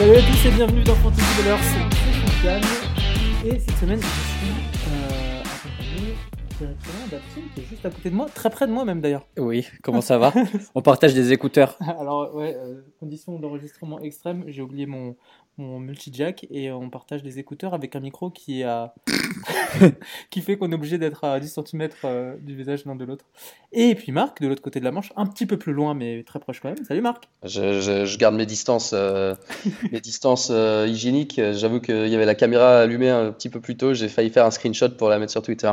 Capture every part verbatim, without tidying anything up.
Salut à tous et bienvenue dans Fantasy Ballers, c'est Sofiane. Et cette semaine, je suis euh, accompagné directement d'Aptine qui est juste à côté de moi, très près de moi même d'ailleurs. Oui, comment ça va? On partage des écouteurs. Alors, ouais, euh, condition d'enregistrement extrême, j'ai oublié mon, mon multi-jack et on partage des écouteurs avec un micro qui, a... qui fait qu'on est obligé d'être à dix centimètres euh, du visage l'un de l'autre. Et puis Marc, de l'autre côté de la Manche, un petit peu plus loin mais très proche quand même. Salut Marc. Je, je- je garde mes distances, euh, mes distances euh, hygiéniques. J'avoue qu'il y avait la caméra allumée un petit peu plus tôt. J'ai failli faire un screenshot pour la mettre sur Twitter.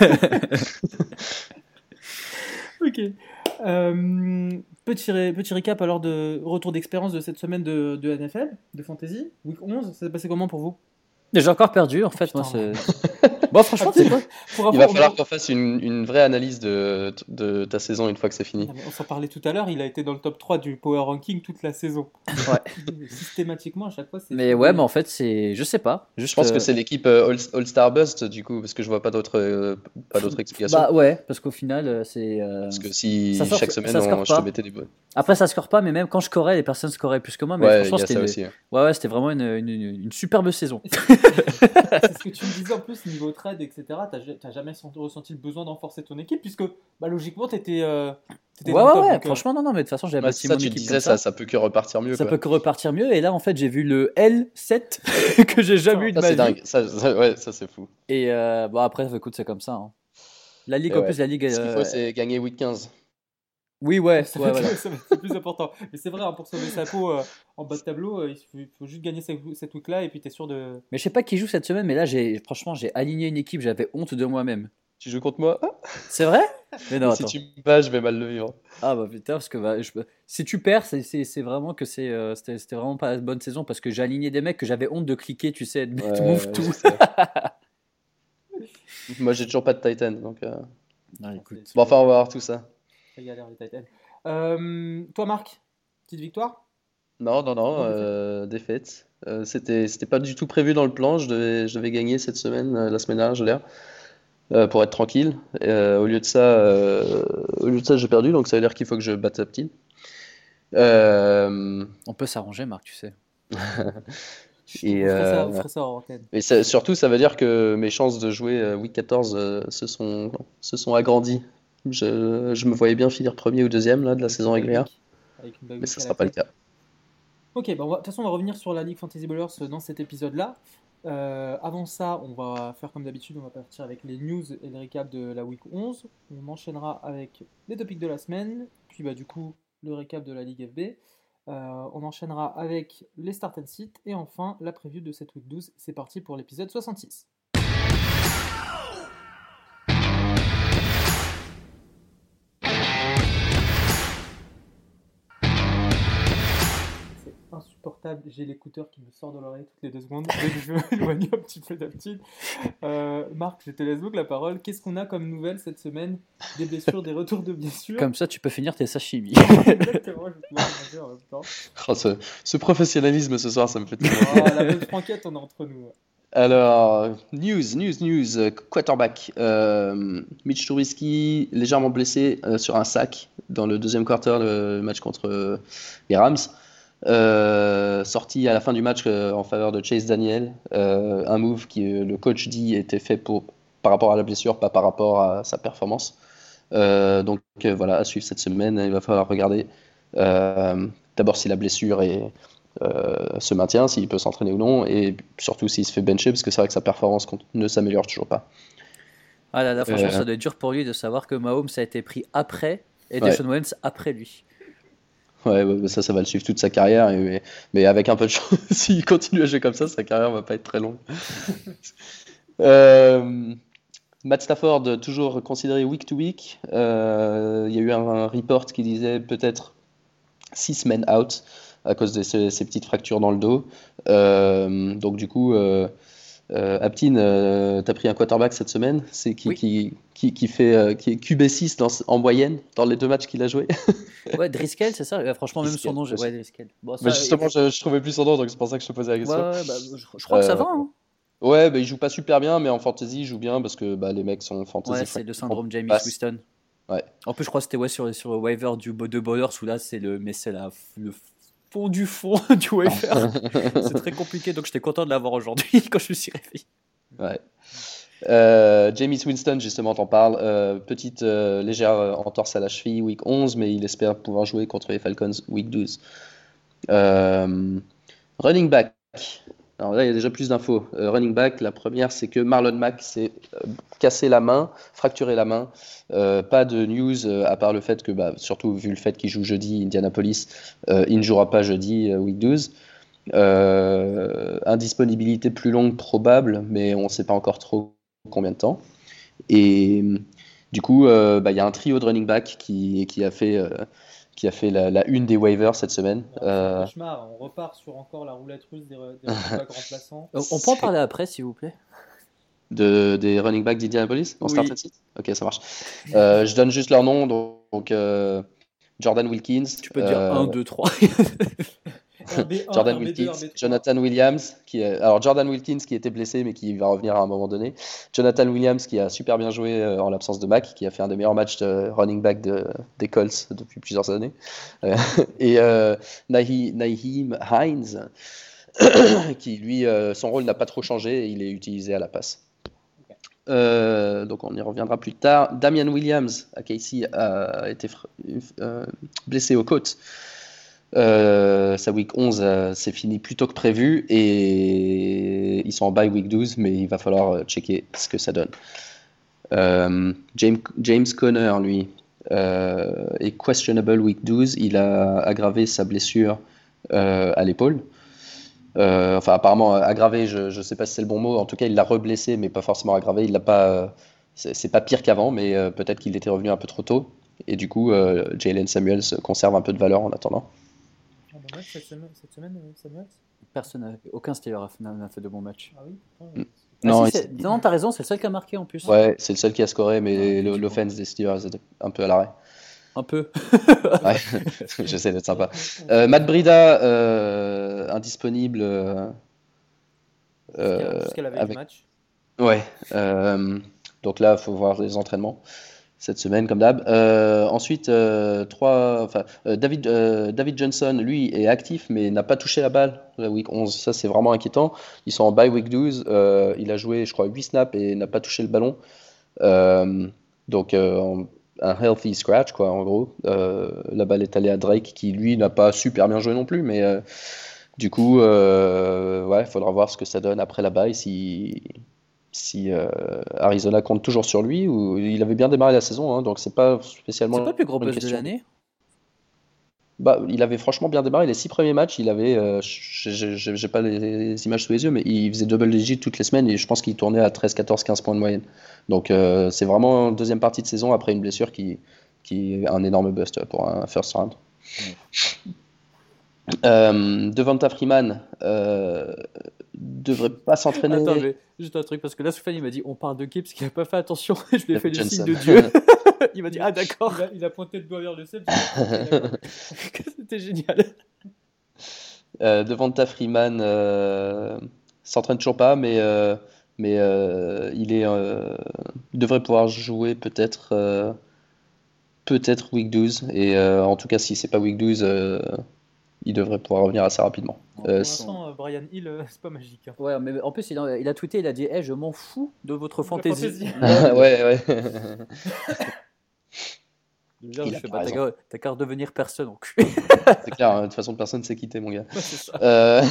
Ok. Euh, petit, ré- petit récap alors de retour d'expérience de cette semaine de, de N F L, de Fantasy. Week onze, ça s'est passé comment pour vous? J'ai encore perdu, en fait. Putain, Moi, c'est... Bon, franchement, c'est quoi? Pour Il va avoir- falloir qu'on fasse une, une vraie analyse de, de ta saison une fois que c'est fini. Non, mais on s'en parlait tout à l'heure, il a été dans le top trois du Power Ranking toute la saison. Ouais. Systématiquement, à chaque fois, c'est. Mais ouais, mais en fait, c'est. Je sais pas. Juste, Je pense euh, que c'est l'équipe euh, All, All-Star Bust du coup, parce que je vois pas d'autres, euh, pas d'autres explications. Bah ouais, parce qu'au final, euh, c'est. euh, Parce que si ça sort- chaque semaine ça score on- je te pas. mettais des bonnes. Après, ça score pas, mais même quand je scorais, les personnes scoraient plus que moi. Mais Ouais, franchement, il y a c'était. ça une- aussi. hein. Ouais, ouais, c'était vraiment une, une, une- une superbe saison. C'est ce que tu me disais en plus, niveau trade, et cetera. T'as ja- t'as jamais senti- ressenti le besoin d'enforcer ton équipe, puisque bah, logiquement, t'étais. euh, t'étais Ouais, dans le ouais, top, ouais. donc, euh, Franchement, non, non, mais de toute façon, j'avais Ouais, bâti ça, mon tu équipe disais, comme ça, ça. ça peut que repartir mieux. Ça quoi. peut que repartir mieux. Et là, en fait, j'ai vu le L sept que j'ai jamais eu de Ça, ma c'est vie. dingue. Ça, ça- ouais, ça, c'est fou. Et euh, bon, après, écoute, c'est comme ça. hein. La ligue, Et en ouais. plus, la ligue. Ce qu'il euh, faut, c'est gagner week quinze. Oui, ouais, Ça ouais, va être- voilà. ça va être le plus important. Mais c'est vrai, hein, pour sauver sa peau euh, en bas de tableau, euh, il faut, il faut juste gagner cette, cette week-là et puis t'es sûr de. Mais je sais pas qui joue cette semaine, mais là, j'ai, franchement, j'ai aligné une équipe, j'avais honte de moi-même. Tu joues contre moi? Ah, C'est vrai? Mais non, si attends. tu me bats, je vais mal le vivre. Ah bah putain, parce que bah, je- si tu perds, c'est, c'est, c'est vraiment que c'est, euh, c'était, c'était vraiment pas la bonne saison parce que j'ai aligné des mecs que j'avais honte de cliquer, tu sais, de mettre Ouais, move ouais, tout. je sais. Moi, j'ai toujours pas de Titan, donc. euh, Non, écoute. C'est- Bon, enfin, on va voir tout ça. c'est galère, les Titans. Euh, toi, Marc, petite victoire? Non, non, non, Non, euh, défaite. Euh, c'était, c'était pas du tout prévu dans le plan. Je devais, je devais gagner cette semaine, euh, la semaine dernière, je l'air, euh, pour être tranquille. Et, euh, au lieu de ça, euh, au lieu de ça, j'ai perdu, donc ça veut dire qu'il faut que je batte Aptine. Euh, On peut s'arranger, Marc, tu sais. Et, Vous ferez ça, euh, vous ferez ça en antenne. et ça- surtout, ça veut dire que mes chances de jouer euh, week quatorze euh, se sont, se sont agrandies. Je, je me voyais bien finir premier ou deuxième là, de la Avec saison une régulière, bye week. Avec une bye mais week ça à sera la pas le clé. cas. Ok, bah on va- de toute façon, on va revenir sur la Ligue Fantasy Ballers dans cet épisode-là. Euh, avant ça, on va faire comme d'habitude, on va partir avec les news et le récap de la Week onze. On enchaînera avec les topics de la semaine, puis bah, du coup, le récap de la Ligue F B. Euh, on enchaînera avec les start and sit, et enfin, la preview de cette Week douze. C'est parti pour l'épisode soixante-six. C'est insupportable, j'ai l'écouteur qui me sort de l'oreille toutes les deux secondes. Donc je vais m'éloigner un petit peu d'habitude. Euh, Marc, je te laisse donc la parole. Qu'est-ce qu'on a comme nouvelles cette semaine? Des blessures, des retours de blessures. Comme ça, tu peux finir tes sashimi. Exactement, je vais pouvoir manger en même temps. Oh, ce, ce professionnalisme ce soir, ça me fait tellement. Oh, la bonne franquette, on est entre nous. Alors, news, news, news, euh, quarterback. Euh, Mitch Trubisky, légèrement blessé euh, sur un sac dans le deuxième quarter, le match contre euh, les Rams. Euh, sorti à la fin du match euh, en faveur de Chase Daniel. Euh, un move qui, euh, le coach dit, était fait pour, par rapport à la blessure, pas par rapport à sa performance. Euh, donc euh, voilà, à suivre cette semaine, il va falloir regarder euh, d'abord si la blessure est, euh, se maintient, s'il peut s'entraîner ou non, et surtout s'il se fait bencher, parce que c'est vrai que sa performance ne s'améliore toujours pas. Ah là là, franchement, Euh. ça doit être dur pour lui de savoir que Mahomes a été pris après et Ouais. Deshaun Wentz après lui. Ouais, ouais, ça, ça va le suivre toute sa carrière, et- mais, mais avec un peu de chance, s'il continue à jouer comme ça, sa carrière va pas être très longue. Euh, Matt Stafford, toujours considéré week to week. Euh, Il y a eu un, un report qui disait peut-être six semaines out à cause de ces, ces petites fractures dans le dos. Euh, donc du coup, euh, euh, Aptine, euh, t'as pris un quarterback cette semaine, c'est qui, Oui. qui, qui, qui fait euh, qui est Q B six dans, en moyenne dans les deux matchs qu'il a joué. Ouais, Driscoll, c'est ça? Ouais, franchement, même son Driscoll, nom, j'ai- je ouais, sais. Driscoll. Bon, ça, Mais justement, je, je trouvais plus son nom, donc c'est pour ça que je te posais la ouais, question. ouais, bah, je, je crois que ça Euh, va. Hein. Ouais, bah, il joue pas super bien, mais en fantasy, il joue bien parce que bah, les mecs sont fantasy Ouais, c'est le friendly. syndrome James passe. Winston. Ouais. En plus, je crois que c'était ouais, sur, sur le waiver du de Ballers où là, c'est le, mais c'est la, le pont du fond du waiver. C'est très compliqué, donc j'étais content de l'avoir aujourd'hui quand je me suis réveillé. Ouais. Euh, Jameis Winston, justement, t'en parles. Euh, petite euh, légère euh, entorse à la cheville, week onze, mais il espère pouvoir jouer contre les Falcons, week douze. Euh, running back. Alors là, il y a déjà plus d'infos. Euh, running back, la première, c'est que Marlon Mack s'est euh, cassé la main, fracturé la main. Euh, pas de news, euh, à part le fait que, bah, surtout vu le fait qu'il joue jeudi, Indianapolis, euh, il ne jouera pas jeudi, euh, week douze. Euh, indisponibilité plus longue probable, mais on ne sait pas encore trop combien de temps. Et du coup, euh, bah, y a un trio de running back qui, qui a fait, euh, qui a fait la, la une des waivers cette semaine. Alors, c'est un Euh, cauchemar, on repart sur encore la roulette russe des, re- des running backs remplaçants. On on peut en parler après, s'il vous plaît. de, des running backs d'Indianapolis on Oui. start at six. Ok, ça marche. Euh, je donne juste leur nom. Donc, donc, euh, Jordan Wilkins. Tu peux dire euh, un, deux, trois. R B un, Jordan R B deux, Wilkins, R B trois. Jonathan Williams, qui est, alors Jordan Wilkins qui était blessé mais qui va revenir à un moment donné. Jonathan Williams qui a super bien joué euh, en l'absence de Mac, qui a fait un des meilleurs matchs de running back de, des Colts depuis plusieurs années. Euh, et euh, Nahi- Naheem Hines, qui lui, euh, son rôle n'a pas trop changé et il est utilisé à la passe. Euh, donc on y reviendra plus tard. Damian Williams à K C a été fr- euh, blessé aux côtes. Euh, sa week onze euh, c'est fini plus tôt que prévu et ils sont en bye week douze, mais il va falloir euh, checker ce que ça donne. Euh, James, James Conner, lui, euh, est questionable week douze. Il a aggravé sa blessure euh, à l'épaule. Euh, enfin, apparemment aggravé, je ne sais pas si c'est le bon mot. En tout cas, il l'a reblessé, mais pas forcément aggravé. Il l'a pas, euh, c'est, c'est pas pire qu'avant, mais euh, peut-être qu'il était revenu un peu trop tôt. Et du coup, euh, Jalen Samuels conserve un peu de valeur en attendant. Ah, bon match cette semaine, cette semaine euh, Samuels. Personne, n'a- aucun Steeler n'a n'a fait de bons matchs. Ah oui, putain, Mm. euh, Ah Non, si, il- c'est- non, t'as raison, c'est le seul qui a marqué en plus. Ouais, c'est le seul qui a scoré, mais Ah, le- effectivement. l'offense des Steelers est un peu à l'arrêt. Un peu. Ouais, j'essaie d'être sympa. Euh, Matt Brida, euh, indisponible. euh, Jusqu'à euh, jusqu'à la veille du avec... match. Ouais, euh, donc là, il faut voir les entraînements cette semaine, comme d'hab. Euh, ensuite, euh, trois, enfin, euh, David, euh, David Johnson, lui, est actif, mais n'a pas touché la balle la week onze. Ça, c'est vraiment inquiétant. Ils sont en bye week douze. Euh, il a joué, je crois, huit snaps et n'a pas touché le ballon. Euh, donc, euh, en- un healthy scratch, quoi, en gros. Euh, la balle est allée à Drake, qui, lui, n'a pas super bien joué non plus, mais euh, du coup, euh, ouais, il faudra voir ce que ça donne après la bye, si, si euh, Arizona compte toujours sur lui, ou il avait bien démarré la saison, hein, donc c'est pas spécialement C'est pas le plus gros une buzz de question. l'année. Bah, il avait franchement bien démarré les six premiers matchs. Il avait, euh, j'ai j'ai- j'ai- j'ai pas les, les images sous les yeux, mais il faisait double digit toutes les semaines et je pense qu'il tournait à treize, quatorze, quinze points de moyenne. Donc euh, c'est vraiment une deuxième partie de saison après une blessure qui, qui est un énorme bust pour un first round. Euh, Devonta Freeman euh, devrait pas s'entraîner. Attends, mais juste un truc, parce que là, Sofiane, il m'a dit on parle de Gibbs qui n'a pas fait attention. Je lui ai fait le Johnson. signe de Dieu. Il m'a dit ah d'accord. Il a, il a pointé le doigt vers le ciel. j'ai dit, ok, d'accord. C'était génial. Euh, Devonta Freeman euh, s'entraîne toujours pas, mais, euh, mais euh, il est, euh, il devrait pouvoir jouer peut-être euh, peut-être week douze. Et euh, en tout cas, si c'est pas week douze, euh, il devrait pouvoir revenir assez rapidement. Pour Euh, l'instant, euh, Brian Hill, euh, c'est pas magique. hein. Ouais, mais en plus, il a, il a tweeté, il a dit hey, je m'en fous de votre La fantaisie. fantaisie. ouais, ouais. Déjà, Il je a fais pas bah, t'as raison. qu'à t'as qu'à redevenir personne, enculé. C'est clair, hein, de toute façon, personne ne s'est quitté, mon gars. Ouais, c'est ça. Euh,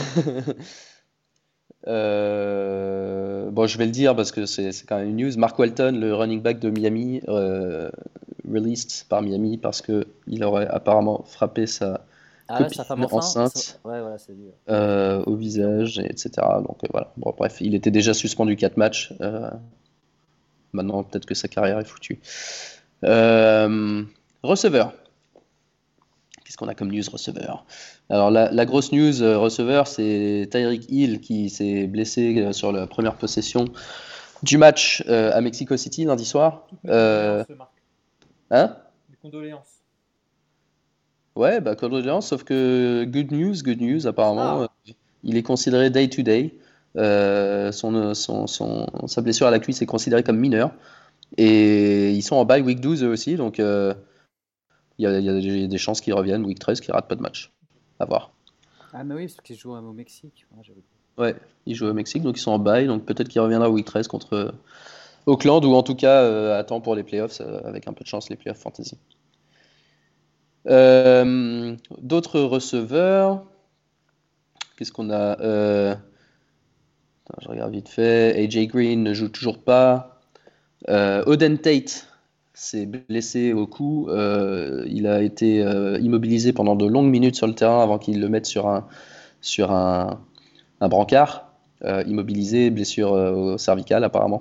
euh, Bon, je vais le dire parce que c'est c'est quand même une news. Mark Walton, le running back de Miami, euh, released par Miami parce que il aurait apparemment frappé sa Ah ouais, sa femme copine enceinte. enceinte ça- Ouais, voilà, c'est lui. euh, au visage, et etc. Donc euh, voilà. Bon, bref, il était déjà suspendu quatre matchs. Euh, maintenant, peut-être que sa carrière est foutue. Euh, Receveur. Qu'est-ce qu'on a comme news receveur? Alors la, la grosse news euh, receveur, c'est Tyreek Hill qui s'est blessé euh, sur la première possession du match euh, à Mexico City lundi soir. Toutes mes Euh, condoléances, Marc. hein? Mes condoléances. Ouais, bah condoléances, sauf que good news, good news, apparemment, Ah. euh, il est considéré day to day. Euh, son, son, son- sa blessure à la cuisse est considérée comme mineure. Et ils sont en bye week douze eux aussi, donc euh, il y a, il y a des- des chances qu'ils reviennent week treize, qu'ils ratent pas de match. À voir. Ah, mais oui, parce qu'ils jouent au Mexique. Ouais, j'avais... Ouais, ils jouent au Mexique, donc ils sont en bye, donc peut-être qu'il reviendra week treize contre euh, Auckland, ou en tout cas euh, attend pour les playoffs, euh, avec un peu de chance, les playoffs fantasy. Euh, d'autres receveurs, qu'est-ce qu'on a euh, attends, je regarde vite fait. A J Green ne joue toujours pas. Euh, Oden Tate s'est blessé au cou. Euh, il a été euh, immobilisé pendant de longues minutes sur le terrain avant qu'il le mette sur un, sur un, un brancard. Euh, immobilisé, blessure euh, au cervical apparemment.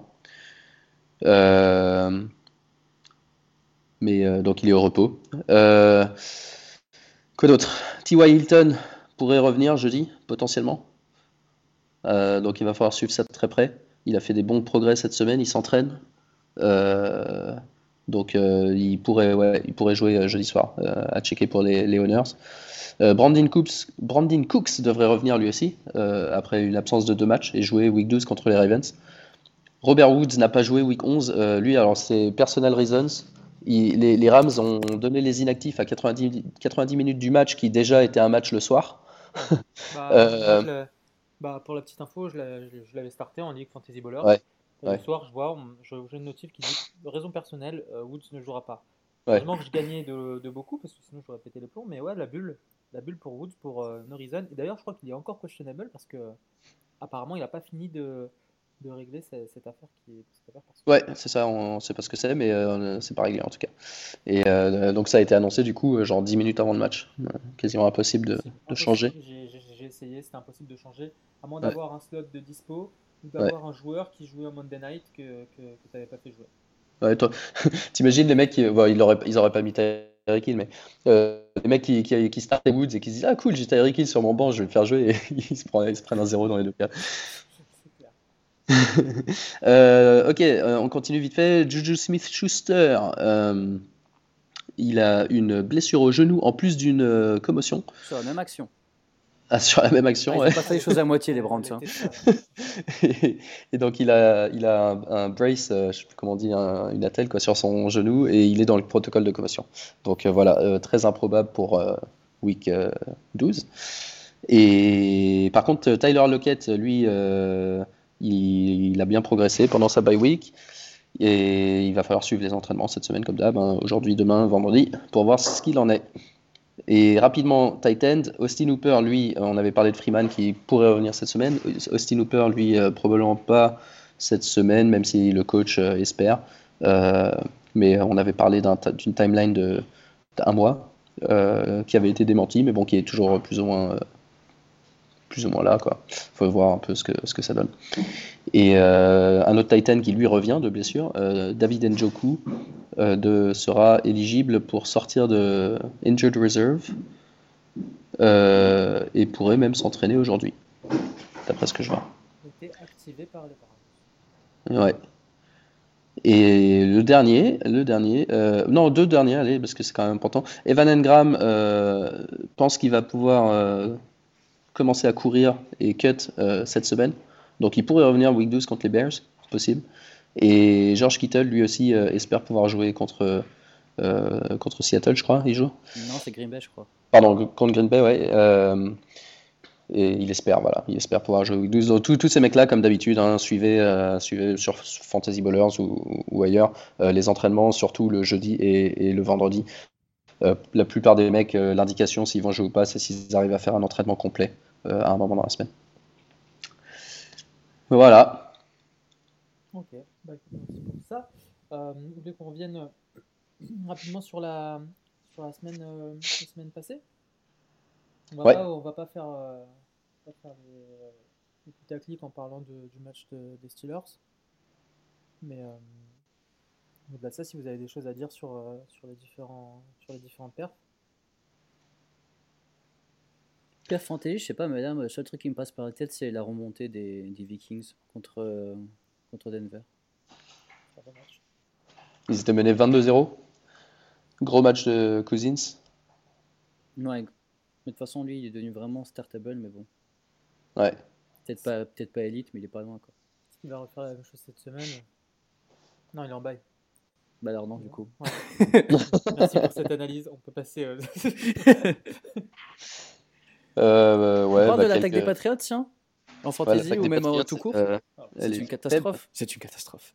Euh, mais euh, donc il est au repos. Euh, quoi d'autre? T Y Hilton pourrait revenir jeudi, potentiellement. Euh, donc il va falloir suivre ça de très près. Il a fait des bons progrès cette semaine, il s'entraîne. Euh, donc euh, il, pourrait, ouais, il pourrait jouer euh, jeudi soir, euh, à checker pour les, les Owners. Euh, Brandon, Cooks, Brandon Cooks devrait revenir lui aussi, euh, après une absence de deux matchs, et jouer week douze contre les Ravens. Robert Woods n'a pas joué week onze. Euh, lui, alors c'est personal reasons. Il- les, les Rams ont donné les inactifs à quatre-vingt-dix, quatre-vingt-dix minutes du match, qui déjà était un match le soir. Bah, moi, Euh, je l'ai- bah, pour la petite info, je l'ai- je- je l'avais starté en Ligue Fantasy Ballers. ouais, Et le ouais, soir, je vois, on- je- j'ai une notif qui dit raison personnelle, euh, Woods ne jouera pas. ouais. Heureusement que je gagnais de, de beaucoup parce que sinon j'aurais pété les plombs. Mais ouais, la bulle, la bulle pour Woods pour euh, no reason. Et d'ailleurs, je crois qu'il est encore questionable parce que apparemment, il n'a pas fini de, de régler cette, cette affaire qui est cette affaire Ouais, particulière. c'est ça, on sait pas ce que c'est, mais euh, c'est pas réglé en tout cas. Et euh, donc ça a été annoncé du coup, euh, genre dix minutes avant le match. Euh, quasiment impossible de, Impossible, de impossible. changer. J'ai j'ai- j'ai essayé, c'était impossible de changer, à moins Ouais, d'avoir un slot de dispo ou ouais. d'avoir un joueur qui jouait en Monday Night que, que, que tu n'avais pas fait jouer. Ouais, toi, t'imagines les mecs qui, bon, ils auraient, ils auraient pas mis Tyreek Hill, mais euh, les mecs qui, qui, qui startent les Woods et qui se disent ah cool, j'ai Tyreek Hill sur mon banc, je vais le faire jouer, et ils se prennent, ils se prennent un zéro dans les deux cas. C'est clair. Euh, ok, euh, on continue vite fait. Juju Smith-Schuster, euh, il a une blessure au genou en plus d'une euh, commotion. Sur la même action. Ah, sur la même Ah, action, ils ouais. ont pas fait les choses à moitié, les Browns. Elle Hein. était sale. Et, et donc il a, il a un, un brace, euh, je sais plus comment on dit, un- une attelle quoi, sur son genou, et il est dans le protocole de commotion. Donc euh, voilà, euh, très improbable pour euh, week euh, douze. Et par contre, Tyler Lockett, lui, euh, il, il a bien progressé pendant sa bye week. Et il va falloir suivre les entraînements cette semaine, comme d'hab, hein, aujourd'hui, demain, vendredi, pour voir ce qu'il en est. Et rapidement, tight end, Austin Hooper, lui, euh, on avait parlé de Freeman qui pourrait revenir cette semaine. Austin Hooper, lui, euh, probablement pas cette semaine, même si le coach euh, espère. Euh, mais on avait parlé d'un ta- d'une timeline de d'un mois, euh, qui avait été démenti, mais bon, qui est toujours plus ou moins, euh, plus ou moins là, quoi. Faut voir un peu ce que, ce que ça donne. Et euh, un autre Titan qui lui revient de blessure, euh, David Njoku, euh, de, sera éligible pour sortir de Injured Reserve, euh, et pourrait même s'entraîner aujourd'hui, d'après ce que je vois. Était activé par les Browns. Ouais. Et le dernier, le dernier, euh, non, deux derniers, allez, parce que c'est quand même important. Evan Engram euh, pense qu'il va pouvoir euh, commencer à courir et cut euh, cette semaine. Donc il pourrait revenir week douze contre les Bears, c'est possible. Et George Kittle, lui aussi, euh, espère pouvoir jouer contre, euh, contre Seattle, je crois, il joue. Non, c'est Green Bay, je crois. Pardon, contre Green Bay, ouais. Euh, et il espère, voilà, il espère pouvoir jouer week douze. Donc tous tous ces mecs-là, comme d'habitude, hein, suivez, euh, suivez sur Fantasy Ballers ou, ou ailleurs euh, les entraînements, surtout le jeudi et, et le vendredi. Euh, la plupart des mecs, euh, l'indication s'ils vont jouer ou pas, c'est s'ils arrivent à faire un entraînement complet euh, à un moment dans la semaine. Voilà. Ok, bah, écoute, merci pour ça. Euh, vous voulez qu'on revienne euh, rapidement sur la, sur la semaine, euh, la semaine passée? On va Ouais. pas, on va pas faire, euh, pas faire les, euh, les putaclic en parlant de- du match de- des Steelers. Mais euh, au-delà de ça, si vous avez des choses à dire sur, euh, sur les différents, sur les différentes perfs. Père Fantasy, je sais pas, madame, le seul truc qui me passe par la tête, c'est la remontée des, des Vikings contre, euh, contre Denver. Très bon match. Ils étaient menés vingt-deux zéro. Gros match de Cousins. Ouais, mais de toute façon, lui, il est devenu vraiment startable, mais bon. Ouais. Peut-être pas, peut-être pas élite, mais il est pas loin, quoi. Est-ce qu'il va refaire la même chose cette semaine? Non, il est en bail. Bah alors non, du coup. Ouais. Merci pour cette analyse. On peut passer. euh, Euh, On ouais, parle bah, de l'attaque des quelques... Patriots, tiens, en ouais, fantasy l'attaque ou des même en Patriots, tout court. euh, C'est elle une est faible. catastrophe. C'est une catastrophe.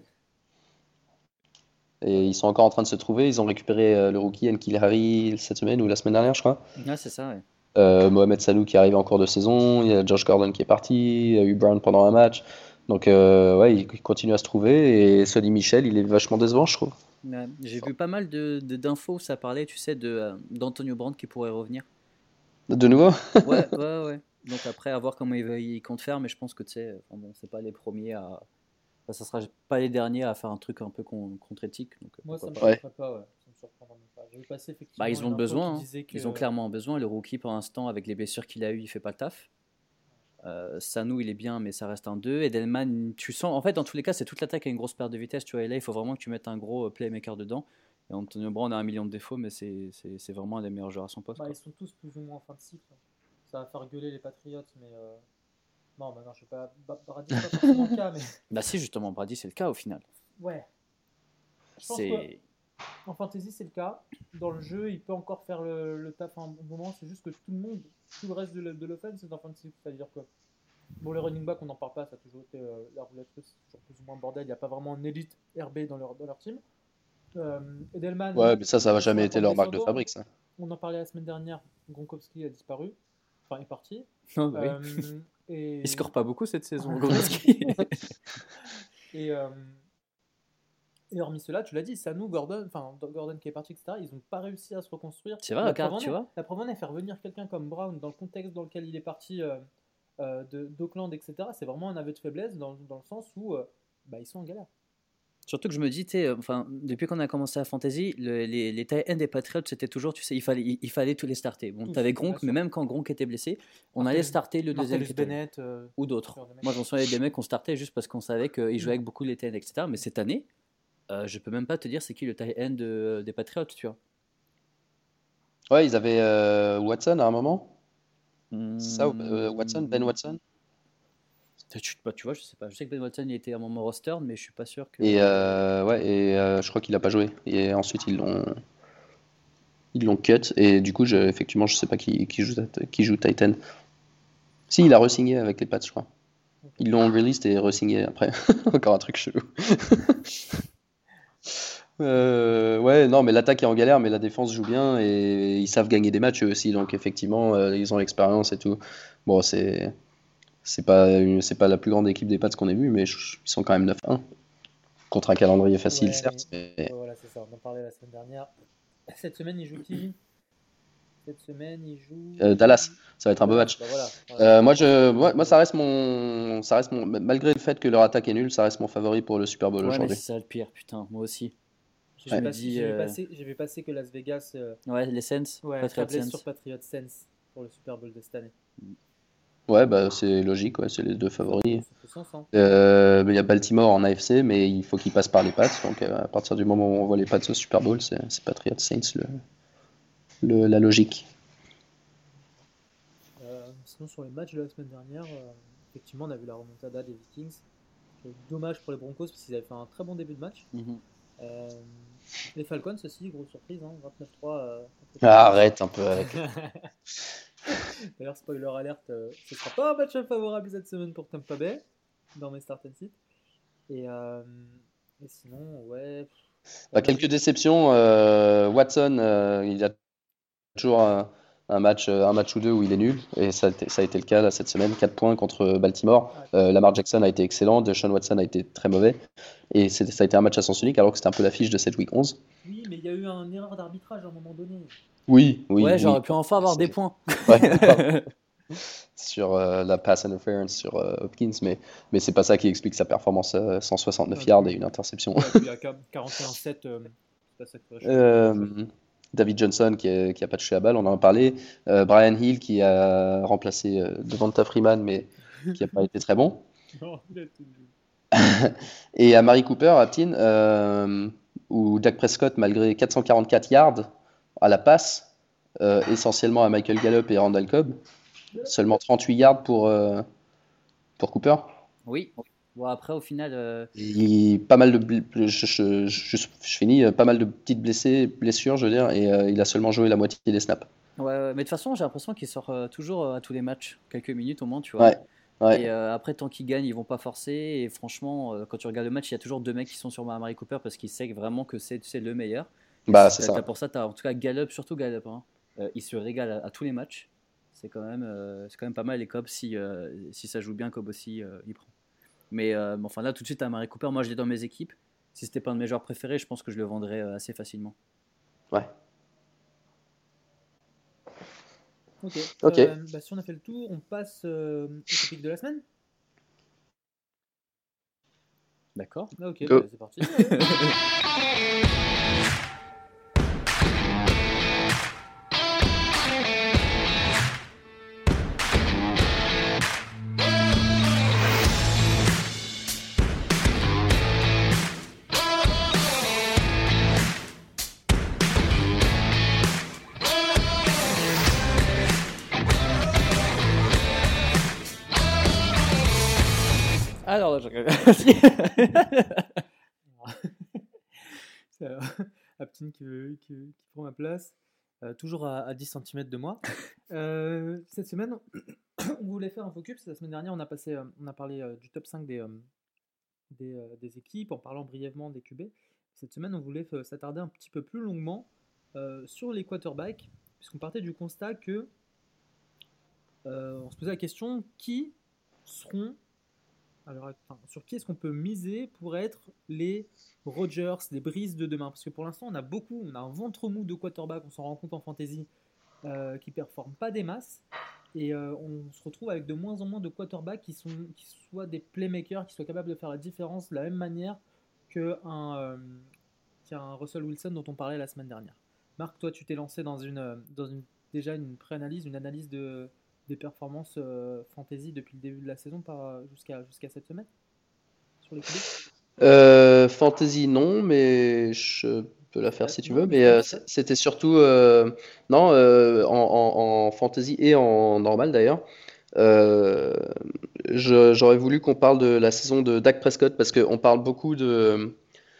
Et ils sont encore en train de se trouver. Ils ont récupéré euh, le rookie N'Keal Harry cette semaine ou la semaine dernière, je crois. Ah, c'est ça, ouais. Euh, Mohamed Salou qui arrive en cours de saison. Il y a Josh Gordon qui est parti. Il y a eu Brown pendant un match. Donc, euh, ouais, ils continuent à se trouver. Et Sonny Michel, il est vachement décevant, je trouve. Ouais, j'ai vu pas mal de, de- d'infos, ça parlait, tu sais, de, euh, d'Antonio Brown qui pourrait revenir. De nouveau? Ouais, ouais, ouais. Donc après, à voir comment il, va- il compte faire, mais je pense que, tu sais, enfin bon, c'est pas les premiers à... enfin, ça sera pas les derniers à faire un truc un peu con- contre-éthique, donc euh, Moi, ça pourquoi me pas. Ouais. choquerait pas, ouais. Ça me surprendra même pas. J'ai vu passer Bah, effectivement ils ont une info besoin, qui hein. disait que. Ils ont clairement besoin. Le rookie, pour l'instant, avec les blessures qu'il a eues, il fait pas le taf. Euh, Sanu, il est bien, mais ça reste un deux. Edelman, tu sens. En fait, dans tous les cas, c'est toute l'attaque à une grosse perte de vitesse. Tu vois, et là, il faut vraiment que tu mettes un gros euh, playmaker dedans. Et Antonio Brown a un million de défauts, mais c'est, c'est, c'est vraiment un des meilleurs joueurs à son poste, Bah, quoi. ils sont tous plus ou moins en fin de cycle. Ça va faire gueuler les Patriots, mais. euh, Non, bah non, je sais pas. Ba- Brady, c'est pas forcément le cas, mais. Bah, si, justement, Brady, c'est le cas au final. Ouais. Je pense que C'est. en fantasy, c'est le cas. Dans le jeu, il peut encore faire le, le taf à un bon moment. C'est juste que tout le monde, tout le reste de, le- de l'offense, c'est en fantasy. C'est-à-dire que, bon, les running backs, on n'en parle pas. Ça a toujours été euh, la roulette russe, c'est toujours plus ou moins bordel. Il n'y a pas vraiment une élite R B dans leur, dans leur team. Euh, Edelman, Ouais, mais ça, ça n'a c'est jamais la été porte leur des marque de Santos. fabrique, ça. On en parlait la semaine dernière. Gronkowski a disparu. Enfin, est parti. Non, bah oui. Euh, et... Il score pas beaucoup cette saison, Gronkowski. et, euh, et hormis cela, tu l'as dit, Sanu, Gordon, enfin Gordon qui est parti, et cetera, ils n'ont pas réussi à se reconstruire. C'est vrai, La regarde, preuve en tu est- vois. La preuve en est, faire venir quelqu'un comme Brown dans le contexte dans lequel il est parti euh, euh, de- d'Auckland, et cetera, c'est vraiment un aveu de faiblesse dans, dans le sens où euh, bah, ils sont en galère. Surtout que je me dis, tu sais, euh, enfin, depuis qu'on a commencé à Fantasy, le- les, les tight ends des Patriots, c'était toujours, tu sais, il fallait, il, il fallait tous les starter. Bon, Tous, t'avais bien Gronk, sûr. mais même quand Gronk était blessé, on Martellus- allait starter le deuxième Martellus qui était- Bennett euh, ou d'autres. sur des mecs. Moi, j'en souviens des mecs qu'on startait juste parce qu'on savait qu'ils jouaient Mm. avec beaucoup les tight ends, et cetera. Mais cette année, euh, je peux même pas te dire c'est qui le tight end de- des Patriots, tu vois. Ouais, ils avaient euh, Watson à un moment. C'est ça, euh, Watson, Ben Hmm, Watson. tu, bah, tu vois, je sais pas. Je sais que Ben Watson il était à un moment roster, mais je suis pas sûr que. Et euh, ouais, et euh, je crois qu'il a pas joué. Et ensuite ils l'ont ils l'ont cut. Et du coup, je, effectivement, je sais pas qui, qui joue qui joue Titan. Si, il a re-signé avec les Pats, je crois. Ils l'ont released et re-signé après. Encore un truc chelou. Euh, ouais, non, mais l'attaque est en galère, mais la défense joue bien et ils savent gagner des matchs eux aussi. Donc effectivement, euh, ils ont l'expérience et tout. Bon, c'est c'est pas une- c'est pas la plus grande équipe des Pats qu'on ait vue, mais je- ils sont quand même neuf un contre un calendrier facile, Ouais, certes. mais- mais- ouais, voilà, c'est ça, on en parlait la semaine dernière. Cette semaine, il joue qui? Cette semaine, il joue. Euh, Dallas, ça va être un beau Dallas, match. bah voilà, voilà. Euh, moi, je, moi, moi, ça reste mon, ça reste mon, malgré le fait que leur attaque est nulle, ça reste mon favori pour le Super Bowl Ouais, mais aujourd'hui. c'est ça le pire, putain, moi aussi. J'ai Je vu, me passer- dis, j'ai vu euh, passer, j'ai vu passer que Las Vegas euh, Ouais, les Saints, ouais, Patriot tablait Saints. sur Patriot Sense pour le Super Bowl de cette année. Ouais, bah c'est logique, ouais, c'est les deux favoris. Ça fait sens, hein. Euh, mais il y a Baltimore en A F C, mais il faut qu'ils passent par les Pats. Donc euh, à partir du moment où on voit les Pats au Super Bowl, c'est c'est Patriots Saints le, le- la logique. Euh, sinon, sur les matchs de la semaine dernière, euh, effectivement, on a vu la remontada des Vikings. C'est dommage pour les Broncos parce qu'ils avaient fait un très bon début de match. Mhm. Euh, les Falcons aussi, grosse surprise, hein, vingt-neuf trois. euh, contre les Ah, Patriots. arrête un peu avec. D'ailleurs, spoiler alerte, euh, ce sera pas un match favorable cette semaine pour Tampa Bay dans mes start and sit. Et, euh, et sinon, ouais. pff, on Bah, a quelques vu- déceptions. euh, Watson, euh, il a toujours un, un match, euh, un match ou deux où il est nul, et ça a été, ça a été le cas là, cette semaine. quatre points contre Baltimore. Euh, Lamar Jackson a été excellent, Deshaun Watson a été très mauvais, et c'est- ça a été un match à sens unique alors que c'était un peu l'affiche de cette week onze. Oui, mais il y a eu une erreur d'arbitrage à un moment donné. Oui, oui, Ouais, oui. j'aurais pu enfin avoir des points. Ouais, pardon. Sur euh, la pass interference sur euh, Hopkins, mais, mais c'est pas ça qui explique sa performance. euh, cent soixante-neuf Ouais. yards et une interception. Ouais, puis il y a quarante et un sept. euh, c'est pas ça que tu vas changer. Euh, David Johnson qui, est- qui a pas touché la balle, on en a parlé. Euh, Brian Hill qui a remplacé euh, Devonta Freeman, mais qui a pas été très bon. Non, il a tout vu. Et à Mary Cooper, à Ptin, euh, où Dak Prescott, malgré quatre cent quarante-quatre yards à la passe, euh, essentiellement à Michael Gallup et Randall Cobb, seulement trente-huit yards pour, euh, pour Cooper. Oui. Bon, après, au final, euh, Il, pas mal de bl- je, je, je, je finis, euh, pas mal de petites blessés, blessures, je veux dire, et euh, il a seulement joué la moitié des snaps. Ouais, ouais, mais de toute façon, j'ai l'impression qu'il sort euh, toujours euh, à tous les matchs, quelques minutes au moins, tu vois. Ouais, ouais, Et euh, après, tant qu'ils gagnent, ils vont pas forcer. Et franchement, euh, quand tu regardes le match, il y a toujours deux mecs qui sont sur Mary Cooper parce qu'ils savent vraiment que c'est c'est le meilleur. Et bah si c'est t'as, t'as ça. pour ça, t'as en tout cas Gallup, surtout Gallup. Hein. Euh, il se régale à, à tous les matchs. C'est quand même, euh, c'est quand même pas mal les Cobb si, euh, si ça joue bien, Cobb aussi, euh, il prend. Mais euh, bon, enfin là, tout de suite, à Mary Cooper, moi je l'ai dans mes équipes. Si c'était pas un de mes joueurs préférés, je pense que je le vendrais euh, assez facilement. Ouais. Ok. Ok. Euh, bah, si on a fait le tour, on passe euh, au topic de la semaine. D'accord. Ah, ok, bah, Go. c'est parti. Ouais. Alors, je... C'est, euh, Aptine qui, veut- qui, qui prend ma place, euh, toujours à, à dix centimètres de moi. Euh, cette semaine, on voulait faire un focus. La semaine dernière, on a, passé, euh, on a parlé euh, du top cinq des, euh, des, euh, des équipes en parlant brièvement des Q B. Cette semaine, on voulait euh, s'attarder un petit peu plus longuement euh, sur les quarterbacks, puisqu'on partait du constat que euh, on se posait la question qui seront alors, enfin, sur qui est-ce qu'on peut miser pour être les Rodgers, les Breeze de demain? Parce que pour l'instant, on a beaucoup, on a un ventre mou de quarterback, on s'en rend compte en fantasy, euh, qui ne performent pas des masses. Et euh, on se retrouve avec de moins en moins de quarterbacks qui, sont, qui soient des playmakers, qui soient capables de faire la différence de la même manière qu'un euh, qu'un Russell Wilson dont on parlait la semaine dernière. Marc, toi, tu t'es lancé dans, une, euh, dans une, déjà une pré-analyse, une analyse de, des performances euh, fantasy depuis le début de la saison par, jusqu'à, jusqu'à cette semaine sur les Q B. Euh, fantasy non, mais je peux la faire Stat, si tu non, veux. mais Mais stat, euh, c- stat. c'était surtout euh, non euh, en, en- en fantasy et en normal d'ailleurs. Euh, je- j'aurais voulu qu'on parle de la saison de Dak Prescott parce qu'on parle beaucoup de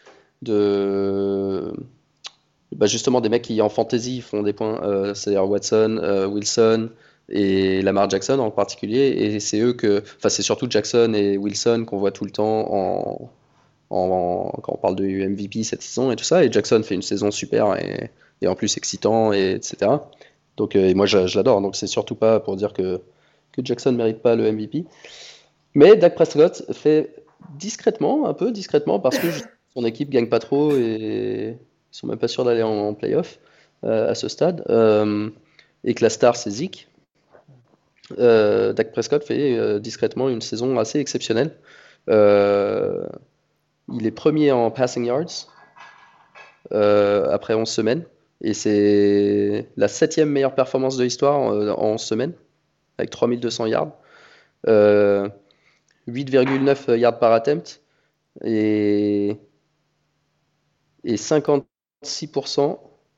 de bah, justement des mecs qui en fantasy font des points, euh, c'est-à-dire Watson, euh, Wilson et Lamar Jackson en particulier. Et c'est eux que, enfin c'est surtout Jackson et Wilson qu'on voit tout le temps en en- quand on parle de M V P cette saison et tout ça. Et Jackson fait une saison super et, et en plus excitant, et, etc. Donc, euh, et moi, je, je l'adore. Donc, c'est surtout pas pour dire que, que Jackson ne mérite pas le M V P. Mais Dak Prescott fait discrètement, un peu discrètement, parce que justement, son équipe gagne pas trop et ils sont même pas sûrs d'aller en, en playoff euh, à ce stade. Euh, et que la star, c'est Zeke. Euh, Dak Prescott fait euh, discrètement une saison assez exceptionnelle. Euh, il est premier en passing yards euh, après onze semaines. Et c'est la septième meilleure performance de l'histoire en, en onze semaines, avec trois mille deux cents yards. Euh, huit virgule neuf yards par attempt et, et cinquante-six pour cent,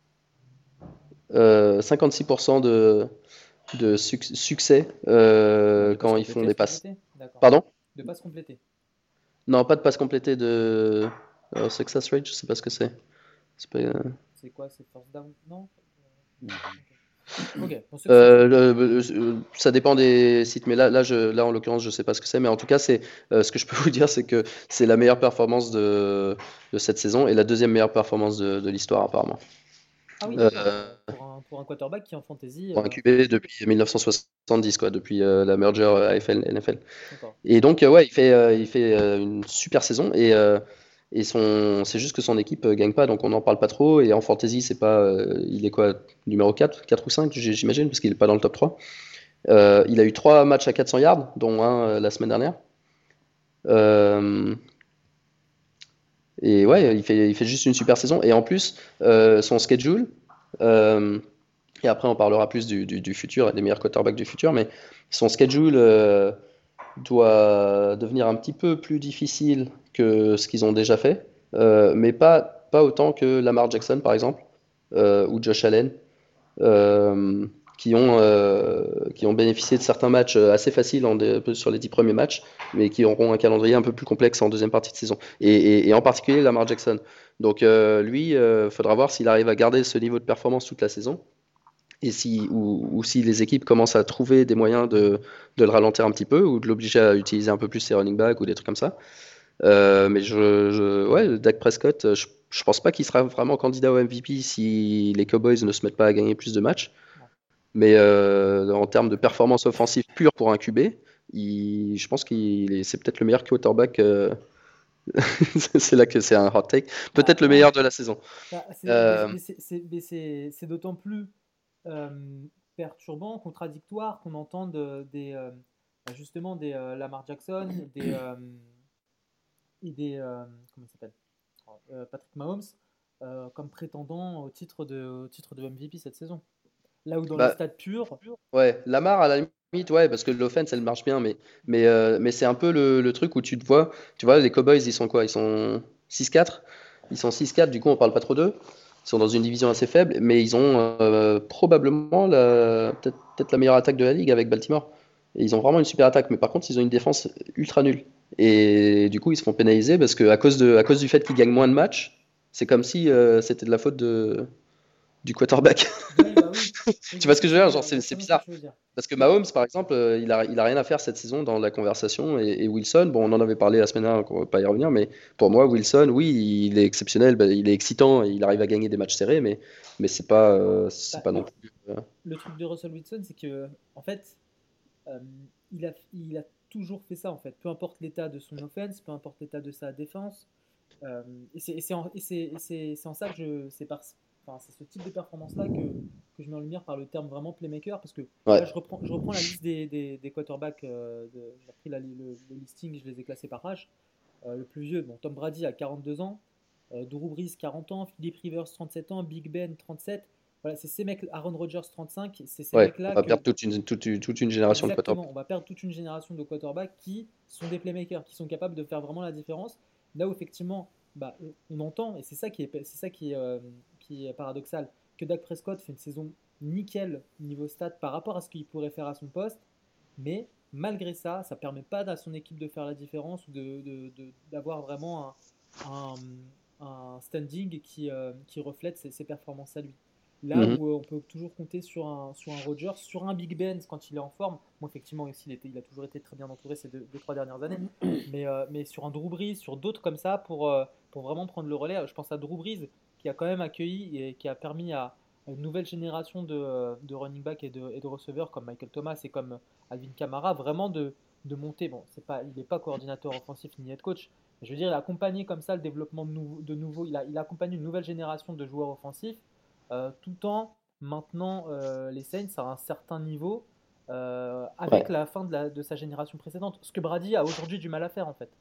euh, cinquante-six pour cent de, de suc- succès Ouais, euh, de passe quand ils font complétée, des c'est ça? passes. D'accord. Pardon? De passe complétée. Non, pas de passe complétée de euh, success rate, je sais pas ce que c'est. C'est pas, euh, C'est quoi? C'est force down? Non? Mhm. Ok, ok, bon, success. Euh, le- le- ça dépend des sites, mais là, là, je, là en l'occurrence, je sais pas ce que c'est, mais en tout cas, c'est euh, ce que je peux vous dire, c'est que c'est la meilleure performance de, de cette saison et la deuxième meilleure performance de, de l'histoire apparemment. Ah oui, Euh, d'accord. euh, Pour un, pour un quarterback qui en fantasy. pour un euh, Q B depuis mille neuf cent soixante-dix, quoi, depuis euh, la merger euh, A F L N F L. D'accord. Et donc, euh, ouais, il fait, euh, il fait euh, une super saison et, euh, et son, c'est juste que son équipe euh, gagne pas, donc on n'en parle pas trop. Et en fantasy, c'est pas, euh, il est quoi, numéro quatre, quatre ou cinq, j'imagine, parce qu'il est pas dans le top trois. Euh, il a eu trois matchs à quatre cents yards, dont un euh, la semaine dernière. Euh, et ouais, il fait, il fait juste une super saison. Et en plus, euh, son schedule, euh, et après on parlera plus du, du, du futur et des meilleurs quarterbacks du futur, mais son schedule euh, doit devenir un petit peu plus difficile que ce qu'ils ont déjà fait, euh, mais pas, pas autant que Lamar Jackson par exemple, euh, ou Josh Allen. Euh, qui ont, euh, qui ont bénéficié de certains matchs assez faciles en de, sur les dix premiers matchs, mais qui auront un calendrier un peu plus complexe en deuxième partie de saison. Et, et, et en particulier Lamar Jackson. Donc euh, lui, il euh, faudra voir s'il arrive à garder ce niveau de performance toute la saison. et si, ou, ou si les équipes commencent à trouver des moyens de, de le ralentir un petit peu ou de l'obliger à utiliser un peu plus ses running backs ou des trucs comme ça. Euh, mais je, je- ouais, Dak Prescott, je, je pense pas qu'il sera vraiment candidat au M V P si les Cowboys ne se mettent pas à gagner plus de matchs. Mais euh, en termes de performance offensive pure pour un Q B, il- je pense qu'il est, c'est peut-être le meilleur quarterback. euh, c'est là que c'est un hot take. Bah, Peut-être le meilleur de la saison. bah, c'est mais- Euh, mais c'est- c'est- mais c'est- c'est d'autant plus euh, perturbant, contradictoire qu'on entende euh, des, euh, bah, justement des euh, Lamar Jackson, des, euh, et des euh, comment il s'appelle Euh, Patrick Mahomes euh, comme prétendant au titre de, au titre de M V P cette saison. Là où dans les bah, stats purs, ouais, Lamar à la limite, ouais, parce que l'offense elle marche bien, mais, mais, euh, mais c'est un peu le, le truc où tu te vois, tu vois, les Cowboys ils sont quoi? Ils sont six quatre. Ils sont six quatre, du coup on parle pas trop d'eux. Ils sont dans une division assez faible, mais ils ont euh, probablement la, peut-être, peut-être la meilleure attaque de la ligue avec Baltimore. Et ils ont vraiment une super attaque, mais par contre ils ont une défense ultra nulle. Et du coup ils se font pénaliser parce que à cause, de, à cause du fait qu'ils gagnent moins de matchs, c'est comme si euh, c'était de la faute de, du quarterback. oui, bah oui, oui, Tu je vois vois ce ce que que je tu veux veux dire? dire, Genre, je vois c'est très c'est bien ce que bizarre. tu veux dire. Parce que Mais Mahomes, par exemple, euh, il a, il a rien à faire cette saison dans la conversation. Et, et Wilson, bon, on en avait parlé la semaine dernière, donc on va pas y revenir. Mais pour moi, Wilson, oui, il est exceptionnel, bah, il est excitant, et il arrive à gagner des matchs serrés, mais, mais c'est pas, euh, c'est bah, pas non le, plus. euh, le truc de Russell Wilson, c'est que en fait, euh, il a, il a toujours fait ça en fait. Peu importe l'état de son offense, peu importe l'état de sa défense. Euh, et c'est et c'est en, et c'est- et c'est- c'est en ça que je, c'est par, enfin, c'est ce type de performance-là que, que je mets en lumière par le terme vraiment playmaker, parce que Ouais, là, je reprends, je reprends la liste des, des, des quarterbacks, euh, de- j'ai repris la- le, le listing, je les ai classés par âge. Euh, le plus vieux, bon, Tom Brady a quarante-deux ans, euh, Drew Brees quarante ans, Philip Rivers trente-sept ans, Big Ben trente-sept. Voilà, c'est ces mecs, Aaron Rodgers trente-cinq, c'est ces ouais, on mecs-là va que perdre toute une, toute, une- toute une génération de exactement, quarterbacks. on va perdre toute une génération de quarterbacks qui sont des playmakers, qui sont capables de faire vraiment la différence. Là où effectivement, bah, on, on entend, et c'est ça qui est, c'est ça qui est, euh, qui est paradoxal, que Dak Prescott fait une saison nickel niveau stats par rapport à ce qu'il pourrait faire à son poste, mais malgré ça, ça ne permet pas à son équipe de faire la différence ou de, de- de- d'avoir vraiment un, un- un standing qui, euh, qui reflète ses, ses performances à lui. Là Mhm. où euh, on peut toujours compter sur un, sur un Rodgers, sur un Big Ben quand il est en forme. Moi, effectivement, aussi, il, était, il a toujours été très bien entouré ces deux, deux trois dernières années. Mais, euh, mais sur un Drew Brees, sur d'autres comme ça, pour, euh, pour vraiment prendre le relais, je pense à Drew Brees qui a quand même accueilli et qui a permis à une nouvelle génération de, euh, de running back et de, et de receveurs comme Michael Thomas et comme Alvin Kamara vraiment de, de monter. Bon, c'est pas, il n'est pas coordinateur offensif ni head coach. Mais je veux dire, il a accompagné comme ça le développement de, nouveau, de nouveaux. Il a, il a accompagné une nouvelle génération de joueurs offensifs euh, tout en maintenant euh, les Saints à un certain niveau euh, avec Ouais. la fin de, la, de sa génération précédente. Ce que Brady a aujourd'hui du mal à faire en fait.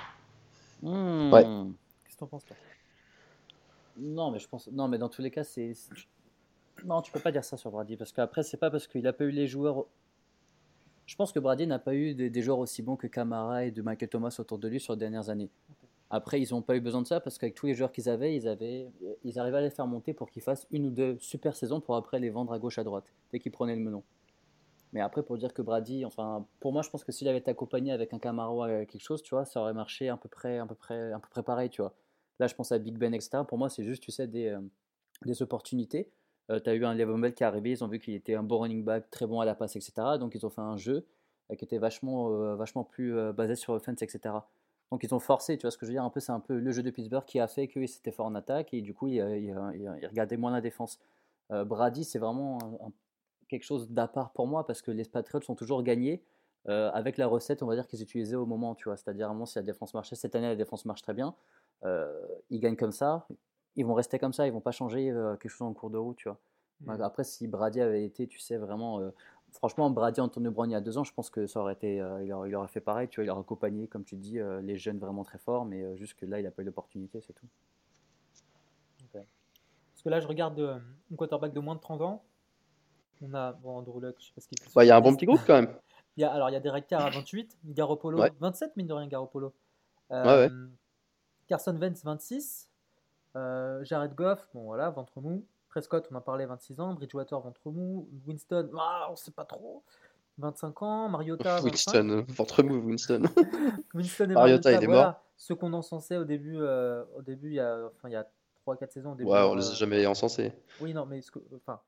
Ouais. Hmm. Qu'est-ce que t'en penses toi? Non, mais je pense. Non, mais dans tous les cas, c'est. c'est- Non, tu peux pas dire ça sur Brady parce qu'après, c'est pas parce qu'il a pas eu les joueurs. Je pense que Brady n'a pas eu des, des joueurs aussi bons que Camara et de Michael Thomas autour de lui sur les dernières années. Après, ils n'ont pas eu besoin de ça parce qu'avec tous les joueurs qu'ils avaient, ils, avaient, ils arrivaient à les faire monter pour qu'ils fassent une ou deux super saisons pour après les vendre à gauche à droite dès qu'ils prenaient le melon. Mais après, pour dire que Brady, enfin, pour moi, je pense que s'il avait été accompagné avec un Camaro ou quelque chose, tu vois, ça aurait marché à peu près, à peu près, à peu près pareil, tu vois. Là, je pense à Big Ben, et cetera. Pour moi, c'est juste, tu sais, des, euh, des opportunités. Euh, tu as eu un Le'Veon Bell qui est arrivé, ils ont vu qu'il était un bon running back, très bon à la passe, et cetera. Donc, ils ont fait un jeu euh, qui était vachement, euh, vachement plus euh, basé sur offense, et cetera. Donc, ils ont forcé, tu vois ce que je veux dire, un peu, c'est un peu le jeu de Pittsburgh qui a fait qu'ils étaient forts en attaque et du coup, ils, ils, ils- ils regardaient moins la défense. Euh, Brady, c'est vraiment un, un quelque chose d'à part pour moi parce que les Patriots ont toujours gagné euh, avec la recette, on va dire, qu'ils utilisaient au moment, tu vois. C'est-à-dire, à un moment, si la défense marchait, cette année, la défense marche très bien, euh, ils gagnent comme ça, ils vont rester comme ça, ils vont pas changer euh, quelque chose en cours de route, tu vois. Hmm. Après, si Brady avait été, tu sais, vraiment. Euh, franchement, Brady, Antonio Brown, il y a deux ans, je pense que ça aurait été. Euh, il, aurait, il aurait fait pareil, tu vois, il aurait accompagné, comme tu dis, euh, les jeunes vraiment très forts, mais euh, juste que là, il n'a pas eu l'opportunité, c'est tout. Okay. Parce que là, je regarde euh, un quarterback de moins de trente ans. On a, bon, Andrew Luck, je sais pas ce qu'il fait sur Ouais, il y a cette un bon liste. petit groupe quand même. Il y a, alors, il y a Derek Carr à vingt-huit, Ouais, Garoppolo vingt-sept, mine de rien, Garoppolo. ouais, ouais. Euh, Carson Wentz vingt-six, euh, Jared Goff, bon voilà, ventre mou. Prescott, on en parlait, vingt-six ans. Bridgewater, ventre mou. Winston, ah, on sait pas trop, vingt-cinq ans. Mariota, vingt-cinq. Winston, ventre mou, Winston. Winston et Mariota, Mariota, il est mort. voilà, ceux qu'on encensait au début, euh, au début il y a, enfin, il y a trois quatre saisons, au début Ouais, de on leur. les a euh, jamais encensés. Oui, non, mais ce que- enfin,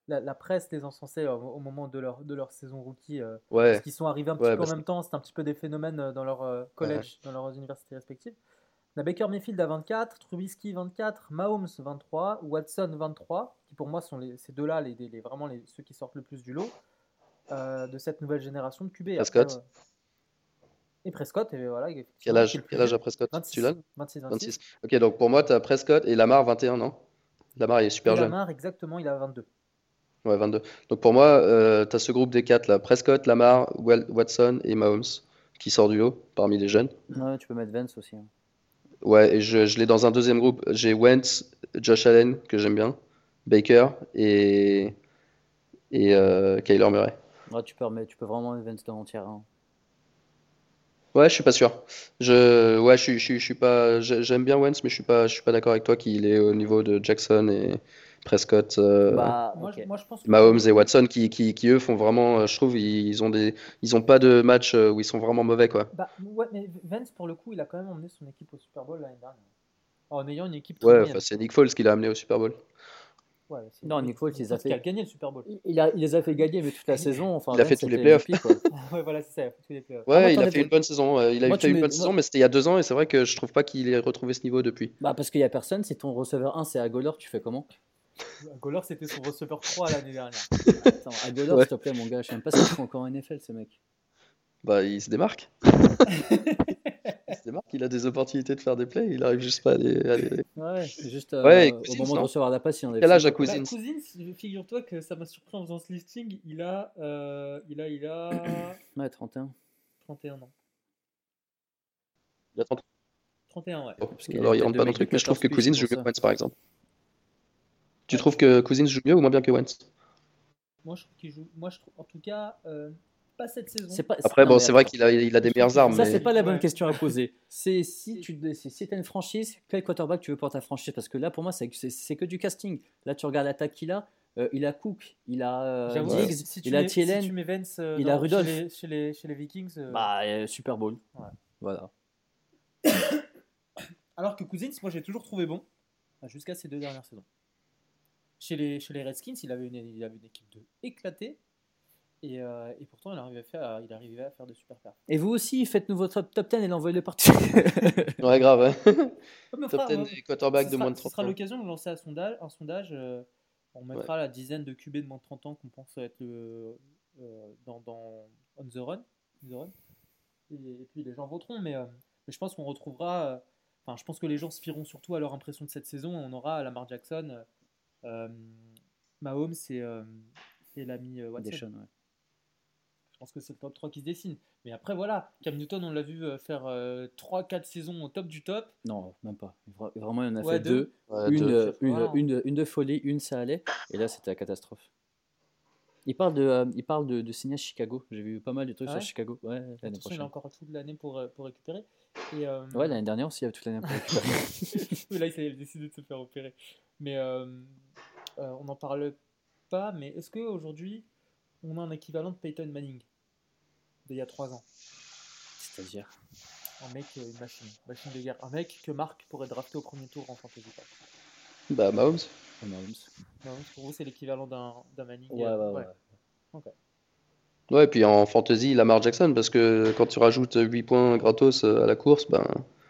la, la presse les encensait au, au moment de leur, de leur saison rookie, euh, parce Ouais, qu'ils sont arrivés un petit ouais, peu bah, en c'est- même temps. C'était un petit peu des phénomènes euh, dans leur euh, ouais. collège, dans leurs universités respectives. On a Baker Mayfield à vingt-quatre, Trubisky vingt-quatre, Mahomes vingt-trois, Watson vingt-trois, qui pour moi sont les, ces deux-là les, les- les- vraiment les, ceux qui sortent le plus du lot euh, de cette nouvelle génération de Q B. Après, Prescott. euh, et Prescott, et voilà, Quel effectivement, qui est âge? le plus Quel âge a vieux, Prescott? Tu l'as? vingt-six, vingt-six, vingt-six. vingt-six. Ok, donc pour moi, tu as Prescott et Lamar vingt et un, non? Lamar, il est Et super jeune. Lamar, exactement, il a vingt-deux. Ouais, vingt-deux. Donc pour moi, euh, tu as ce groupe des quatre là. Prescott, Lamar, Wel- Watson et Mahomes qui sort du lot parmi les jeunes. Ouais, tu peux mettre Vance aussi, hein. Ouais, et je, je l'ai dans un deuxième groupe. J'ai Wentz, Josh Allen, que j'aime bien, Baker et, et euh, Kyler Murray. Ouais, tu peux remettre, tu peux vraiment mettre Vance dans l'entière, hein. Ouais, je suis pas sûr. Je, ouais, je, suis- je, suis- je suis pas. j'ai- J'aime bien Wentz, mais je suis pas, je suis pas d'accord avec toi qu'il est au niveau de Jackson et Prescott, euh, Bah, Moi, je, ok. moi, je pense que pour Mahomes le et coup, Watson, qui, qui, qui eux font vraiment, euh, je trouve, ils, ils ont des, ils ont pas de match euh, où ils sont vraiment mauvais, quoi. bah, ouais, mais Vance, pour le coup, il a quand même emmené son équipe au Super Bowl l'année dernière. En ayant une équipe très Ouais, enfin, moyenne. c'est Nick Foles qui l'a amené au Super Bowl. Ouais, c'est Non, Nick, Nick Foles, Nick il les a Foles qui a fait. gagné le Super Bowl. Il, il a, il les a fait gagner, mais toute la saison, enfin, Il a fait Vance tous les était playoffs. M V P, quoi. Ouais, voilà, c'est ça, il a fait tous les playoffs. Ah, moi, Ouais, il a t'en fait es- une bonne saison. euh, Il a Moi, fait tu une mets. bonne moi- saison, mais c'était il y a deux ans, et c'est vrai que je trouve pas qu'il ait retrouvé ce niveau depuis. Bah, parce qu'il y a personne. Si ton receveur un, c'est Agolor, tu fais comment? Goller, c'était son receveur trois l'année dernière. Attends, Agolor, Ouais. s'il te plaît, mon gars, je sais même pas ce qu'il fait encore en N F L, ce mec. Bah, il se démarque. Il se démarque, il a des opportunités de faire des plays, il arrive juste pas à les. à les- Ouais, c'est juste euh, Ouais, et au Cousins, moment de non? recevoir la passe, il en a Quel âge a fait, quoi. Bah, Cousins? Cousins, figure-toi que ça m'a surpris en faisant ce listing. Il a, euh, il a, il a Ouais, trente et un. trente et un ans. Il a trente. trente et un, ouais. Parce qu'il y a Alors, il peut-être rentre deux pas dans le mecs de truc, mais je trouve quatorze que piges, c'est Cousins pour joue mieux ça. que Wentz, par exemple. Tu Ouais. trouves que Cousins joue mieux ou moins bien que Wentz? Moi, je trouve qu'il joue. Moi, je trouve, en tout cas, euh, pas cette saison. C'est pas. Après, non, bon, mais c'est vrai attends. qu'il a, il a des Je trouve meilleures qu'il joue- armes, Ça, mais c'est pas la bonne Ouais. question à poser. C'est si tu si, si t'as une franchise, quel quarterback tu veux pour ta franchise? Parce que là, pour moi, c'est c'est- c'est que du casting. Là, tu regardes l'attaque qu'il a. euh, il a Cook, il a euh, J'avoue, Ouais. Diggs, si, si tu il a mets, si Thielen, tu mets Vance euh, il a dans- Rudolph. Chez, les, chez, les, chez les Vikings. euh, Bah, euh, Super Bowl. Ouais. Voilà. Alors que Cousins, moi, j'ai toujours trouvé bon euh, jusqu'à ces deux dernières saisons. Chez les, chez les Redskins, il avait une, il avait une équipe de éclatée. Et, euh, et pourtant, il arrivait, à faire, il arrivait à faire de super perfs. Et vous aussi, faites-nous votre top, top dix et l'envoyez-le partout. ouais, grave. Ouais. Oh, mais Top frère, dix ouais, des quarterbacks ce de sera, moins de ce trente sera ans. l'occasion de lancer un sondage. Un sondage euh, on mettra la dizaine de Q B de moins de trente ans qu'on pense être le, euh, dans, dans On the Run. On the run. Et, et puis les gens voteront. Mais, euh, mais je pense qu'on retrouvera. euh, Enfin, je pense que les gens se fieront surtout à leur impression de cette saison. On aura Lamar Jackson, euh, Mahomes et, euh, et l'ami euh, Watson. Deshaun, ouais. Je pense que c'est le top trois qui se dessine. Mais après, voilà, Cam Newton, on l'a vu euh, faire trois quatre saisons au top du top. Non, même pas. Vra- Vraiment, il en a Ouais, fait deux. deux. Ouais, Une, deux. euh, une, Voilà. une, une de folie, une ça allait. Et là, c'était la catastrophe. Il parle de, euh, il parle de, de signer à Chicago. J'ai vu pas mal de trucs Ah sur ouais Chicago. Ouais, l'année Attention, il prochaine. a encore toute l'année pour, euh, pour récupérer. Et, euh, Ouais, l'année dernière aussi, il y avait toute l'année pour récupérer. oui, là, il a décidé de se faire opérer. Mais euh, euh, on n'en parle pas. Mais est-ce qu'aujourd'hui, on a un équivalent de Peyton Manning d'il y a trois ans? C'est-à-dire. Un mec, euh, une machine, machine de guerre. Un mec que Marc pourrait drafter au premier tour en fantasy. Quoi. Bah, Mahomes. Oh, Mahomes. Non, pour vous, c'est l'équivalent d'un d'un Manning. Ouais, euh, ouais, ouais. Ok. Ouais, et puis en fantasy, Lamar Jackson, parce que quand tu rajoutes huit points gratos euh, à la course, ben,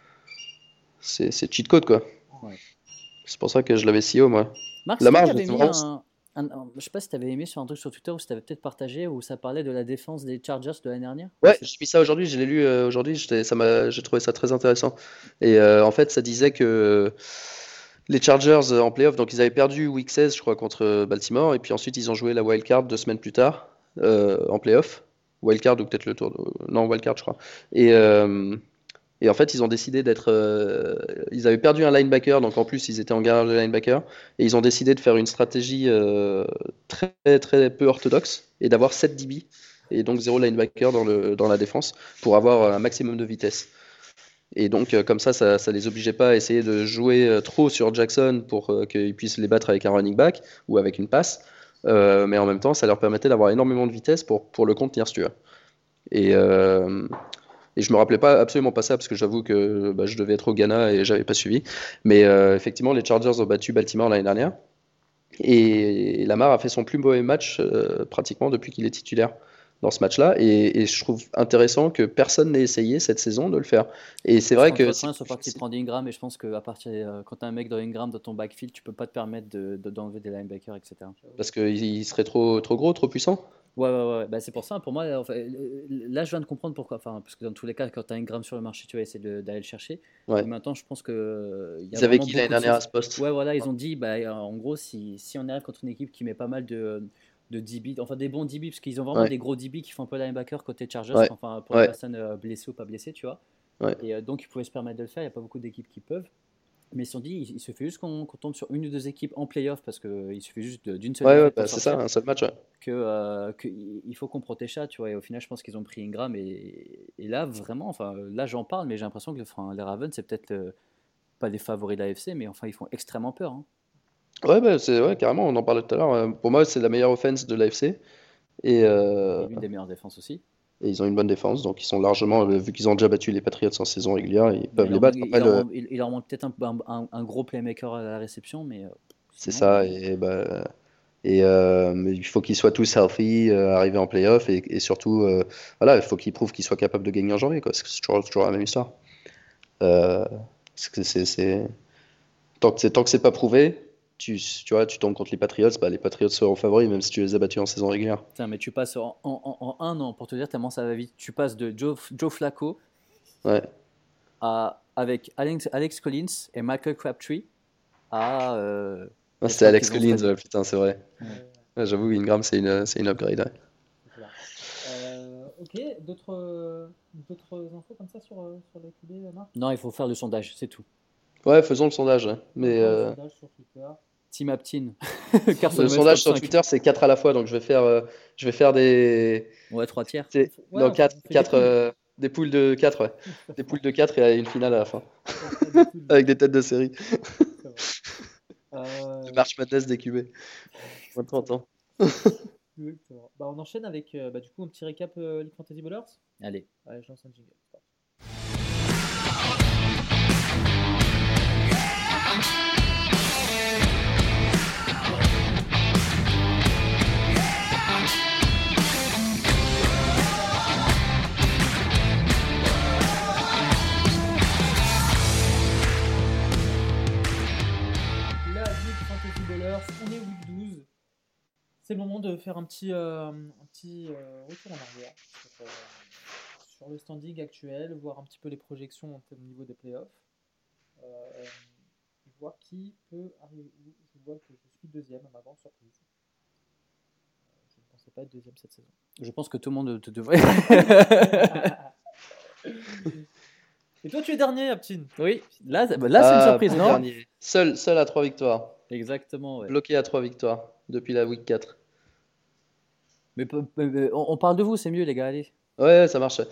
c'est c'est cheat code, quoi. Ouais. C'est pour ça que je l'avais si haut, moi. Marc, Lamar, tu je avais le mis trouve un, un- un- je sais pas si tu avais aimé sur un truc sur Twitter ou si tu avais peut-être partagé où ça parlait de la défense des Chargers de l'année dernière. Ouais, j'ai mis ça aujourd'hui, je l'ai lu euh, aujourd'hui, j'étais- ça m'a, j'ai trouvé ça très intéressant. Et euh, en fait, ça disait que euh, les Chargers euh, en playoff, donc ils avaient perdu week seize, je crois, contre euh, Baltimore, et puis ensuite ils ont joué la wild card deux semaines plus tard euh, en playoff. Wild card ou peut-être le tour, de- non, wild card, je crois. Et, euh, et en fait, ils ont décidé d'être. euh, ils avaient perdu un linebacker, donc en plus ils étaient en garage de linebacker, et ils ont décidé de faire une stratégie euh, très très peu orthodoxe et d'avoir sept D B et donc zéro linebacker dans, le, dans la défense pour avoir un maximum de vitesse. Et donc, euh, comme ça, ça, ça les obligeait pas à essayer de jouer euh, trop sur Jackson pour euh, qu'ils puissent les battre avec un running back ou avec une passe. Euh, mais en même temps, ça leur permettait d'avoir énormément de vitesse pour, pour le contenir, si tu veux. Et, euh, et je me rappelais pas absolument pas ça parce que j'avoue que bah, je devais être au Ghana et j'avais pas suivi. Mais euh, effectivement, les Chargers ont battu Baltimore l'année dernière. Et Lamar a fait son plus mauvais match euh, pratiquement depuis qu'il est titulaire dans ce match-là. Et, et je trouve intéressant que personne n'ait essayé cette saison de le faire. Et c'est Parce vrai qu'en que soit c'est un, soit parti prendre Ingram, et je pense qu'à partir euh, quand tu as un mec dans Ingram dans ton backfield, tu peux pas te permettre de, de- d'enlever des linebackers, et cetera. parce qu'il il serait trop, trop gros, trop puissant. Ouais, ouais, ouais. Bah, c'est pour ça, pour moi, là, enfin, euh, là, je viens de comprendre pourquoi. Enfin, parce que dans tous les cas, quand tu as Ingram sur le marché, tu vas essayer de- d'aller le chercher. Ouais. Mais maintenant, je pense que euh, il y a Ils avaient vraiment qui l'année beaucoup de dernière à choses. ce poste? Ouais, voilà, ils ont dit, bah, euh, en gros, si, si on arrive contre une équipe qui met pas mal de, de D B, enfin des bons D B, parce qu'ils ont vraiment Ouais, des gros D B qui font un peu linebacker côté Chargers, ouais, enfin pour les ouais, personnes euh, blessées ou pas blessées, tu vois. ouais. Et euh, donc, ils pouvaient se permettre de le faire. Il n'y a pas beaucoup d'équipes qui peuvent. Mais ils se sont dit, il, il suffit juste qu'on qu'on tombe sur une ou deux équipes en playoff, parce qu'il suffit juste de- d'une seule Ouais, ouais, défaite pour bah, c'est ça, sortir, un seul match. Ouais. que, euh, que i- il faut qu'on protège ça, tu vois. Et au final, je pense qu'ils ont pris Ingram. Et, et là, vraiment, enfin, là, j'en parle, mais j'ai l'impression que enfin, les Ravens, c'est peut-être euh, pas les favoris de l'A F C, mais enfin, ils font extrêmement peur, hein. Ouais, bah, c'est ouais, carrément, on en parlait tout à l'heure. Euh, Pour moi, c'est la meilleure offense de l'A F C. Et, Et euh, l'une des meilleures défenses aussi. et ils ont une bonne défense, donc ils sont largement, euh, vu qu'ils ont déjà battu les Patriots en saison régulière, ils Mais peuvent il les leur manque, battre. il Après, leur le, manque, il- il leur manque peut-être un, un- un- un gros playmaker à la réception, mais euh, c'est sinon, ça. euh, Et, bah, et euh, mais il faut qu'ils soient tous healthy, euh, arriver en playoff, et, et surtout, euh, voilà, il faut qu'ils prouvent qu'ils soient capables de gagner en janvier, quoi. C'est toujours, toujours la même histoire. Euh, parce que c'est, c'est- Tant que c'est, tant que c'est pas prouvé, tu, tu vois, tu tombes contre les Patriots, bah, les Patriots seront favoris, même si tu les as battus en saison régulière. putain, mais tu passes en, en- en- en un an, pour te dire tellement ça va vite, tu passes de Joe, Joe Flacco Ouais. à, avec Alex, Alex Collins et Michael Crabtree à. euh, Ah, c'était j'espère Alex qu'ils vont se Collins, réveiller. ouais, putain, c'est vrai. Ouais. Euh, Ouais, j'avoue, Ingram, c'est une, c'est une upgrade. Ouais. c'est clair. Euh, ok, d'autres euh, d'autres infos comme ça sur, euh, sur les Q B, Marc? Non, il faut faire le sondage, c'est tout. Ouais, faisons le sondage. Ouais. On va Mais faire le euh, sondage sur Twitter. Team Aptin, Carson le Wentz sondage top sur cinq. Twitter, c'est quatre à la fois, donc je vais faire, euh, je vais faire des, Ouais, trois tiers. c'est- Ouais, non, on fait, quatre, on fait des quatre, poules. euh, des poules de quatre, ouais. On fait Des poules de quatre et une finale à la fin, on fera des poules. avec des têtes de série. C'est vrai. Euh, Le March Madness des Q B. Moins de trente ans. exactement. Bah, on enchaîne avec euh, bah, du coup un petit récap euh, League Fantasy Ballers. Allez. Ouais, je lance un jingle. C'est parti. La Ligue Fantasy Ballers, on est week douze. C'est le moment de faire un petit, euh, un petit euh, retour en arrière sur, euh, sur le standing actuel, voir un petit peu les projections au niveau des playoffs. Euh, voir qui peut arriver où. Je vois que je suis deuxième à ma grande surprise. Euh, je ne pensais pas être deuxième cette saison. Je pense que tout le monde te devrait. Et toi, tu es dernier, Aptin. Oui, là, c'est- là c'est une Ah, surprise, bon non? dernier. Seul, seul à trois victoires. Exactement, ouais. Bloqué à trois victoires depuis la week quatre. Mais, pe- pe- pe- on, on parle de vous, c'est mieux, les gars, allez. Ouais, ça marche.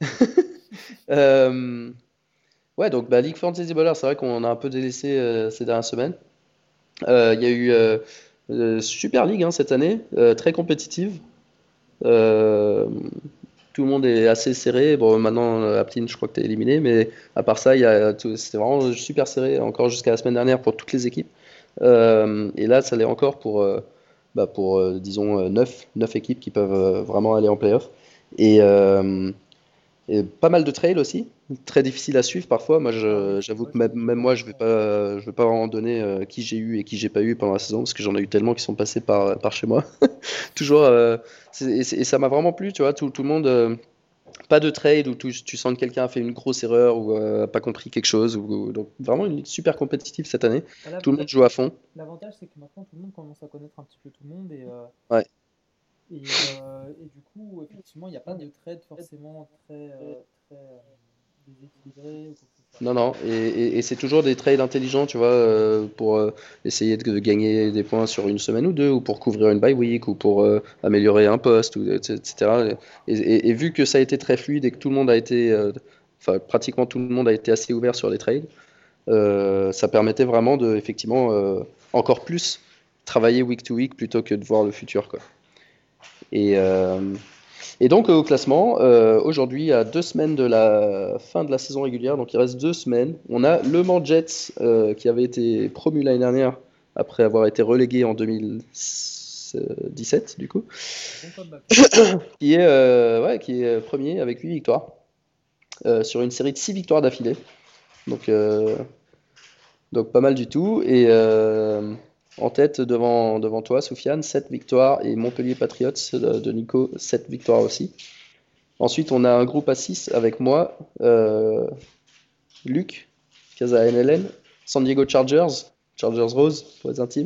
Euh, ouais, donc bah, League Fantasy Baller, c'est vrai qu'on a un peu délaissé euh, ces dernières semaines. Euh, Il y a eu euh, euh, Super League hein, cette année, euh, très compétitive. Euh, Tout le monde est assez serré. Bon, maintenant, euh, Aptine, je crois que tu es éliminé, mais à part ça, il y a tout- c'était vraiment super serré, encore jusqu'à la semaine dernière pour toutes les équipes. Euh, et là, ça l'est encore pour, euh, bah, pour euh, disons, euh, neuf neuf équipes qui peuvent euh, vraiment aller en playoff. Et, euh, et pas mal de trails aussi, très difficile à suivre parfois. Moi, Ah je- oui, j'avoue moi que j'ai même, j'ai même pas moi, mal je vais de pas, je vais pas vraiment donner euh, qui j'ai eu et qui j'ai pas eu pendant la saison, parce que j'en ai eu tellement qui sont passés par, par chez moi. Toujours, euh, c'est- et, c'est- et ça m'a vraiment plu, tu vois, tout, tout le monde. euh, pas de trade où tu, tu sens que quelqu'un a fait une grosse erreur ou euh, a pas compris quelque chose. Ou, donc vraiment une ligue super compétitive cette année. Voilà, Tout le la- monde joue à fond. l'avantage, c'est que maintenant tout le monde commence à connaître un petit peu tout le monde et, euh, Ouais. et, euh, et du coup, effectivement, il n'y a pas de trade forcément très, euh, très euh, déséquilibré ou quoi que ce soit. Non, non. Et, et- et c'est toujours des trades intelligents, tu vois, euh, pour euh, essayer de, de gagner des points sur une semaine ou deux, ou pour couvrir une bye week, ou pour euh, améliorer un poste, ou, et cetera. Et, et- et vu que ça a été très fluide et que tout le monde a été, euh, enfin pratiquement tout le monde a été assez ouvert sur les trades, euh, ça permettait vraiment de, effectivement, euh, encore plus travailler week to week plutôt que de voir le futur, quoi. Et, euh, et donc euh, au classement, euh, aujourd'hui, à deux semaines de la fin de la saison régulière, donc il reste deux semaines, on a Le Mans Jets euh, qui avait été promu l'année dernière après avoir été relégué en deux mille dix-sept, du coup, Bon comeback. qui est, euh, ouais, qui est premier avec huit victoires, euh, sur une série de six victoires d'affilée. Donc, euh, donc pas mal du tout. Et euh, en tête devant, devant toi, Soufiane, sept victoires, et Montpellier Patriots de, de Nico, sept victoires aussi. Ensuite, on a un groupe à six avec moi, euh, Luc, Casa N L N, San Diego Chargers, Chargers Rose pour les intimes.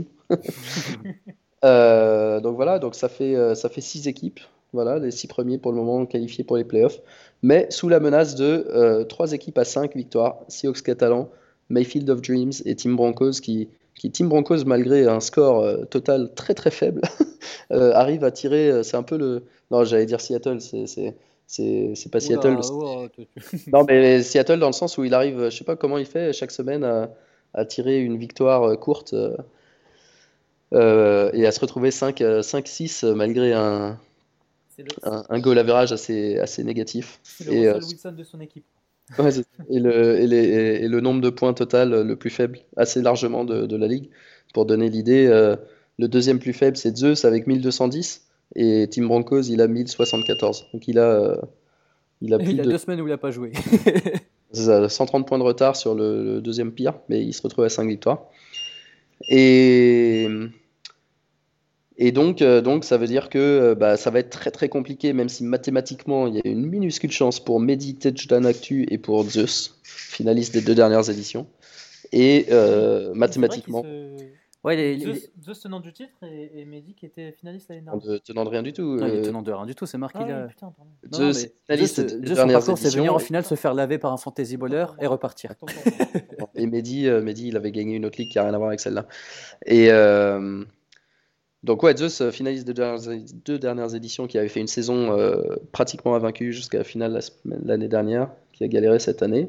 Euh, donc voilà, donc ça fait, euh, ça fait six équipes. Voilà, les six premiers pour le moment qualifiés pour les playoffs. Mais sous la menace de euh, trois équipes à cinq victoires, Seahawks Catalan, Mayfield of Dreams et Team Broncos, qui, qui Team Broncos, malgré un score euh, total très très faible, euh, arrive à tirer. euh, C'est un peu le. Non, j'allais dire Seattle, c'est c'est- c'est- c'est pas Seattle. Oula, oula, tu- tu- Non, mais Seattle dans le sens où il arrive, je sais pas comment il fait chaque semaine à, à tirer une victoire euh, courte, euh, euh, et à se retrouver cinq six malgré un, C'est le, un, un goal average assez, assez négatif. c'est le Et, euh, Russell Wilson de son équipe. ouais, c'est ça. et, le, et, les- et- et le nombre de points total le plus faible, assez largement de, de la ligue. Pour donner l'idée, euh, le deuxième plus faible, c'est Zeus avec mille deux cent dix, et Team Broncos, il a mille soixante-quatorze. Donc il a, euh, il a plus Il a de deux semaines où il n'a pas joué. cent trente points de retard sur le, le deuxième pire, mais il se retrouve à cinq victoires. Et, et donc, euh, donc, ça veut dire que euh, bah, ça va être très très compliqué, même si mathématiquement, il y a une minuscule chance pour Mehdi, Touchdown Actu et pour Zeus, finaliste des deux dernières éditions. Et euh, mathématiquement, Se... Ouais, les- les- Zeus, Zeus tenant du titre et, et Mehdi qui était finaliste l'année en dernière. ne tenant de rien du tout. Non, il est euh, tenant de rien du tout, c'est marqué Ah là. oui, putain, pardon. Non, non, Zeus mais est finaliste Zeus, des deux Zeus, son dernières parcours, c'est venir éditions. en finale, se faire laver par un fantasy bowler et repartir. Attends, attends, attends. Et Mehdi, euh, Mehdi, il avait gagné une autre ligue qui n'a rien à voir avec celle-là. Et euh, donc, ouais, Zeus, euh, finaliste des deux dernières, deux dernières éditions, qui avait fait une saison euh, pratiquement invaincue jusqu'à la finale la semaine- l'année dernière, qui a galéré cette année.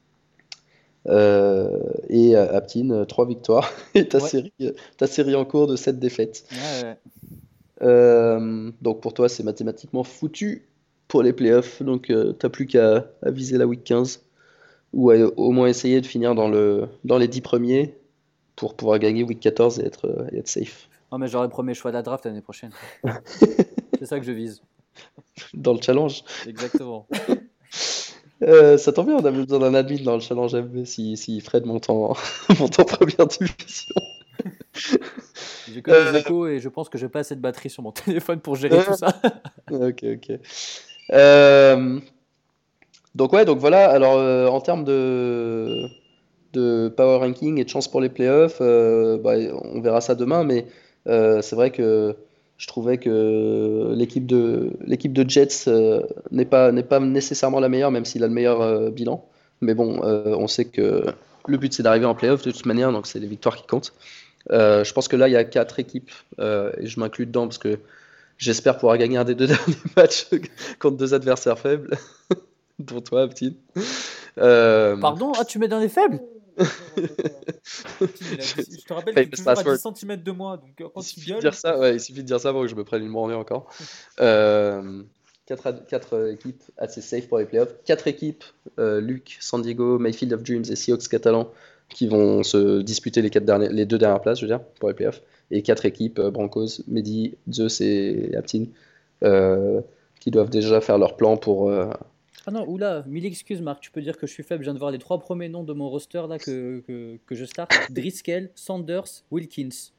Euh, et euh, Aptin, euh, trois victoires. Et ta, Ouais. série, euh, ta série en cours de sept défaites. Ouais, ouais. Euh, donc, pour toi, c'est mathématiquement foutu pour les playoffs. Donc, euh, t'as plus qu'à à viser la week quinze. Ou à au moins essayer de finir dans, le, dans les dix premiers pour pouvoir gagner week quatorze et être, euh, et être safe. Non, mais j'aurai le premier choix de la draft l'année prochaine. C'est ça que je vise. Dans le challenge. Exactement. Euh, ça tombe bien, on avait besoin d'un admin dans le challenge M V si, si Fred monte en, monte en première division. J'ai que Euh. des échos et je pense que j'ai pas assez de batterie sur mon téléphone pour gérer tout ça. Ok, ok. Euh, donc ouais, donc voilà, alors euh, en termes de, de power ranking et de chance pour les playoffs, euh, bah, on verra ça demain, mais euh, c'est vrai que je trouvais que l'équipe de, l'équipe de Jets euh, n'est pas, n'est pas nécessairement la meilleure, même s'il a le meilleur euh, bilan. Mais bon, euh, on sait que le but c'est d'arriver en playoff de toute manière, donc c'est les victoires qui comptent. Euh, je pense que là, il y a quatre équipes, euh, et je m'inclus dedans parce que j'espère pouvoir gagner un des deux derniers matchs contre deux adversaires faibles, dont toi, petit. Euh, Pardon, ah, tu mets dans les faibles? Il a dix- Je te rappelle Famous qu'il est toujours à last word. dix centimètres de moi, donc euh, quand Il tu suffit de gueules. dire ça, ouais, il suffit de dire ça pour que je me prenne une branlée encore. Euh, quatre, ad- quatre, euh, équipes assez safe pour les playoffs. Quatre équipes, euh, Luc, San Diego, Mayfield of Dreams et Seahawks Catalan, qui vont se disputer les, quatre derniers, les deux dernières places, je veux dire, pour les playoffs. Et quatre équipes, euh, Broncos, Mehdi, Zeus et Aptin, euh, qui doivent déjà faire leur plan pour... euh, Ah non, oula, mille excuses Marc, tu peux dire que je suis faible, je viens de voir les trois premiers noms de mon roster là que, que, que je start. Driscoll, Sanders, Wilkins.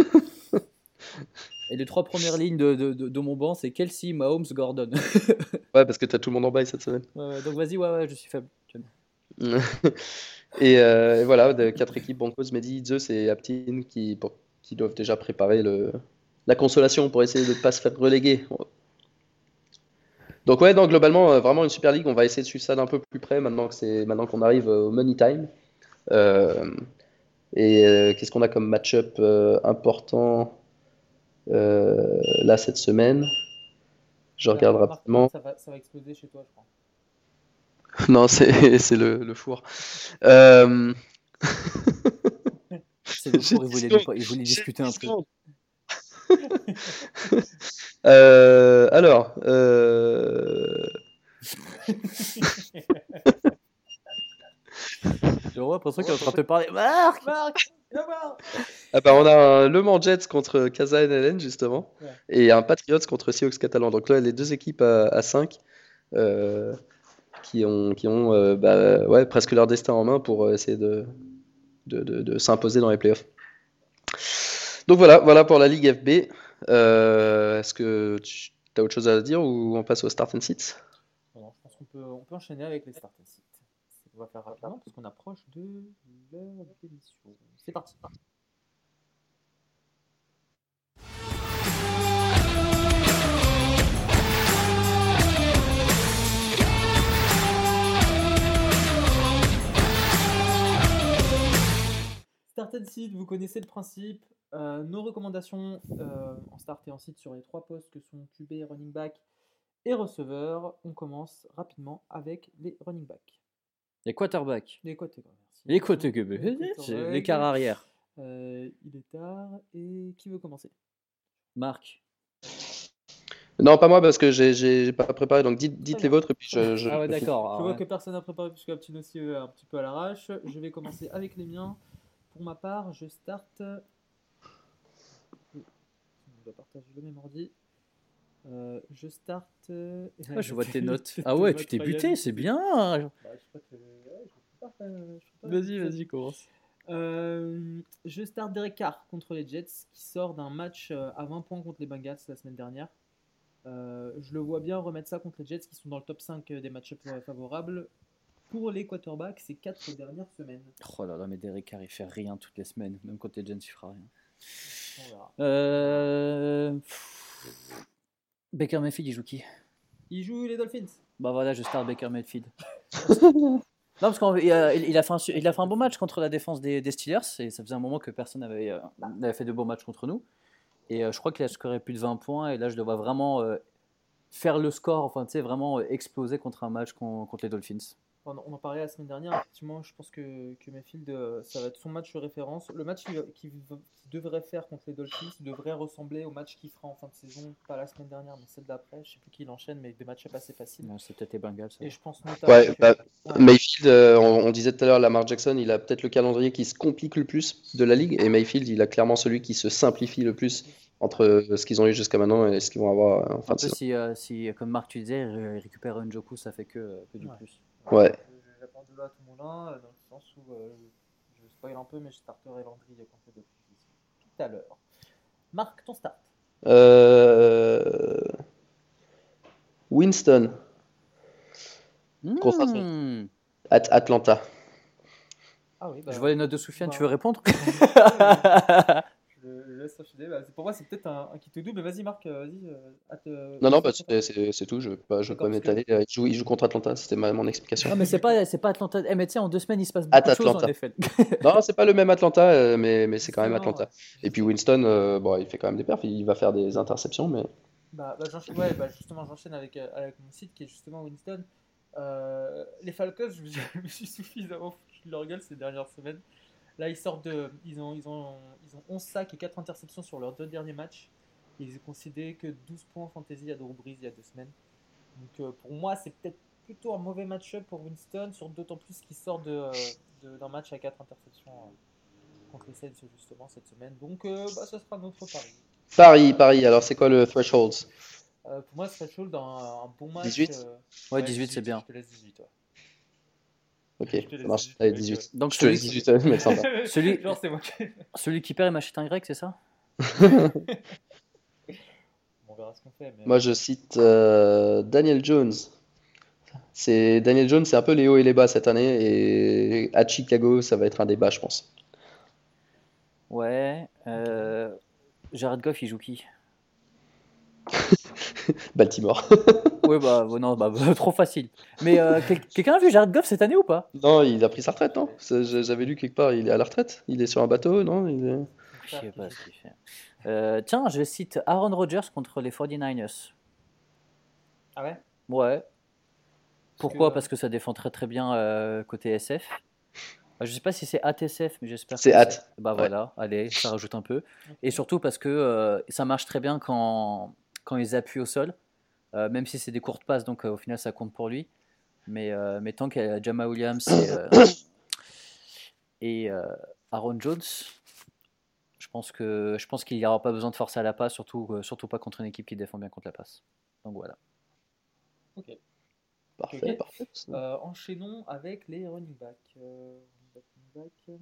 Et les trois premières lignes de, de, de, de mon banc, c'est Kelsey, Mahomes, Gordon. Ouais, parce que t'as tout le monde en bail cette semaine. Ouais, ouais, donc vas-y, ouais, ouais, je suis faible. Et, euh, et voilà, de quatre équipes, Broncos, Mehdi, Zeus et Aptin, qui, pour- qui doivent déjà préparer le, la consolation pour essayer de ne pas se faire reléguer. Donc ouais, non, globalement, euh, vraiment une super ligue. On va essayer de suivre ça d'un peu plus près maintenant que c'est maintenant qu'on arrive euh, au Money Time. Euh, et euh, qu'est-ce qu'on a comme match-up euh, important euh, là cette semaine? Je regarde Marc, rapidement. ça va, ça va exploser chez toi, je crois. Non, c'est c'est le, le four. Euh, C'est le J'ai cours, il dix voulait, secondes. lui- il voulait J'ai discuter un dix peu. secondes. Euh, alors, euh, J'ai vraiment l'impression qu'il est en train de te parler. Marc Marc, viens voir. Ah bah, on a un Le Mans Jets contre Casa N L N justement, Ouais. et un Patriots contre Seahawks Catalan. Donc là, les deux équipes à, à cinq euh, qui ont, qui ont euh, bah, ouais, presque leur destin en main pour euh, essayer de, de, de- de s'imposer dans les playoffs. Donc voilà, voilà pour la Ligue F B. Euh, est-ce que tu as autre chose à dire ou on passe au start and sits? Bon, je pense qu'on peut, on peut enchaîner avec les start and sit. On va faire rapidement parce qu'on approche de l'heure d'émission. C'est parti. Start and sit, vous connaissez le principe. Euh, nos recommandations euh, en start et en sit sur les trois postes que sont Q B, running back et receveur. On commence rapidement avec les running backs. Les quarterbacks. Les quarterbacks, merci. Les quarterbacks. Les quarterbacks. Les quarts arrière. Euh, il est tard. Et qui veut commencer? Marc. Non, pas moi parce que j'ai j'ai pas préparé. Donc dites, dites Très les bien. vôtres et puis je. je- Ah ouais, je- d'accord. Je alors, vois ouais. que personne n'a préparé puisque Aptine aussi est un petit peu à l'arrache. Je vais commencer avec les miens. Pour ma part, je start. On doit partager le même ordi. Euh, je start. euh, Ah, je vois tes notes. tes Ah ouais, tu notes, t'es Ryan. buté, c'est bien. Bah, je crois que- ouais, je prépare, euh, je prépare. Vas-y, vas-y, commence. Euh, je start Derek Carr contre les Jets qui sort d'un match euh, à vingt points contre les Bengals la semaine dernière. Euh, je le vois bien remettre ça contre les Jets qui sont dans le top cinq des match-ups euh, favorables. Pour les quarterbacks, ces quatre dernières semaines. Oh là là, mais Derek Carr, il fait rien toutes les semaines. Même quand t'es Jets, il fera rien. On verra. Euh... Baker Mayfield, il joue qui? Il joue les Dolphins. Bah voilà, je start Baker Mayfield. Non, parce qu'il a, il a, fait un, su- il a fait un bon match contre la défense des, des Steelers, et ça faisait un moment que personne n'avait euh, n'avait fait de bons matchs contre nous. Et euh, je crois qu'il a scoré plus de vingt points, et là je le vois vraiment euh, faire le score, enfin tu sais, vraiment euh, exploser contre un match con- contre les Dolphins. On on en parlait la semaine dernière. Effectivement, je pense que, que Mayfield, euh, ça va être son match de référence. Le match qu'il qu'il qu'il devrait faire contre les Dolphins devrait ressembler au match qu'il fera en fin de saison, pas la semaine dernière, mais celle d'après. Je sais plus qui il enchaîne, mais des match-ups assez faciles. Ouais, c'est peut-être les Bengals. ça. Et je pense notamment Ouais, que- bah, ouais. Mayfield, euh, on, on disait tout à l'heure, Lamar Jackson, il a peut-être le calendrier qui se complique le plus de la ligue, et Mayfield, il a clairement celui qui se simplifie le plus entre euh, ce qu'ils ont eu jusqu'à maintenant et ce qu'ils vont avoir euh, en fin Un de peu saison. si, euh, si, comme Marc tu disais, il récupère un Njoku, ça fait que, que du Ouais. plus. Ouais. Je- J'apporte de l'eau à tout moulin, euh, dans le sens où euh, je spoil un peu, mais je starterai Landry contre les Dolphins tout à l'heure. Marc, ton start. Euh, Winston, Grosse Hmm. at Atlanta. Ah oui, bah, Je vois les notes de Soufiane, bah, tu veux répondre? Je le laisse enchaîner. Bah, c'est- pour moi, c'est peut-être un, un qui te double. Vas-y, Marc, euh, vas-y. euh, hâte, euh, Non, non, vas-y, bah, ton c'est start. c'est- c'est tout, je ne veux pas, je veux D'accord, pas parce que- m'étaler. Euh, Il joue, il joue contre Atlanta, c'était ma- mon explication. Non, mais c'est pas, c'est pas Atlanta. Eh, mais tu sais, en deux semaines, il se passe At beaucoup de choses en Atlanta. effet. Non, c'est pas le même Atlanta, euh, mais, mais c'est quand même Justement, Atlanta. ouais. Et puis Winston, euh, bon, il fait quand même des perfs, il va faire des interceptions, mais Bah, bah, j'enchaîne- ouais, bah, justement, j'enchaîne avec, euh, avec mon site qui est justement Winston. Euh, les Falcons, je me, je me suis suffisamment foutu de leur gueule ces dernières semaines. Là, ils sortent de. Ils ont, ils ont, ils ont onze sacs et quatre interceptions sur leurs deux derniers matchs. Et ils ont concédé que douze points en fantasy à Drew Brees il y a deux semaines. Donc, euh, pour moi, c'est peut-être plutôt un mauvais match-up pour Winston, sur d'autant plus qu'il sort de, euh, de- d'un match à quatre interceptions euh, contre les Saints justement cette semaine. Donc, euh, bah, ça sera notre pari. Paris, Paris, alors c'est quoi le threshold? Euh, pour moi, threshold, un, un bon match. dix-huit euh, Ouais, dix-huit, c'est bien. Je te laisse dix-huit, ouais. Ok, Je te ça laisse marche. dix-huit, Allez, mec, dix-huit. Donc, Je te laisse celui, dix-huit, euh, mec, sympa. Celui- Genre, c'est moi qui. celui qui perd, il m'achète un grec, c'est ça? On verra ce qu'on fait. Mais... Moi, je cite euh, Daniel Jones. C'est Daniel Jones, c'est un peu les hauts et les bas cette année, et à Chicago, ça va être un débat, je pense. Ouais. Euh... Jared Goff, il joue qui? Baltimore. Ouais, bah, ouais, non, bah, trop facile. Mais euh, quel- quelqu'un a vu Jared Goff cette année ou pas? Non, il a pris sa retraite, non? Ça, je- J'avais lu quelque part, il est à la retraite. Il est sur un bateau, non? Il est- Je sais pas ce qu'il fait. Euh, tiens, je cite Aaron Rodgers contre les forty-niners. Ah ouais? Ouais. Pourquoi? que- Parce que ça défend très très bien euh, côté S F. Euh, Je sais pas si c'est A T S F, mais j'espère que C'est at. Bah Ouais. voilà, allez, ça rajoute un peu. Et surtout parce que euh, ça marche très bien quand, quand ils appuient au sol, euh, même si c'est des courtes passes, donc euh, au final ça compte pour lui. Mais, euh, mais tant qu'il y a Jamal Williams et, euh, Et euh, Aaron Jones, je pense que je pense qu'il n'y aura pas besoin de forcer à la passe, surtout, euh, surtout pas contre une équipe qui défend bien contre la passe. Donc voilà. Ok. Parfait, Ok. parfait. Euh, enchaînons avec les running backs. Euh, running back, running back.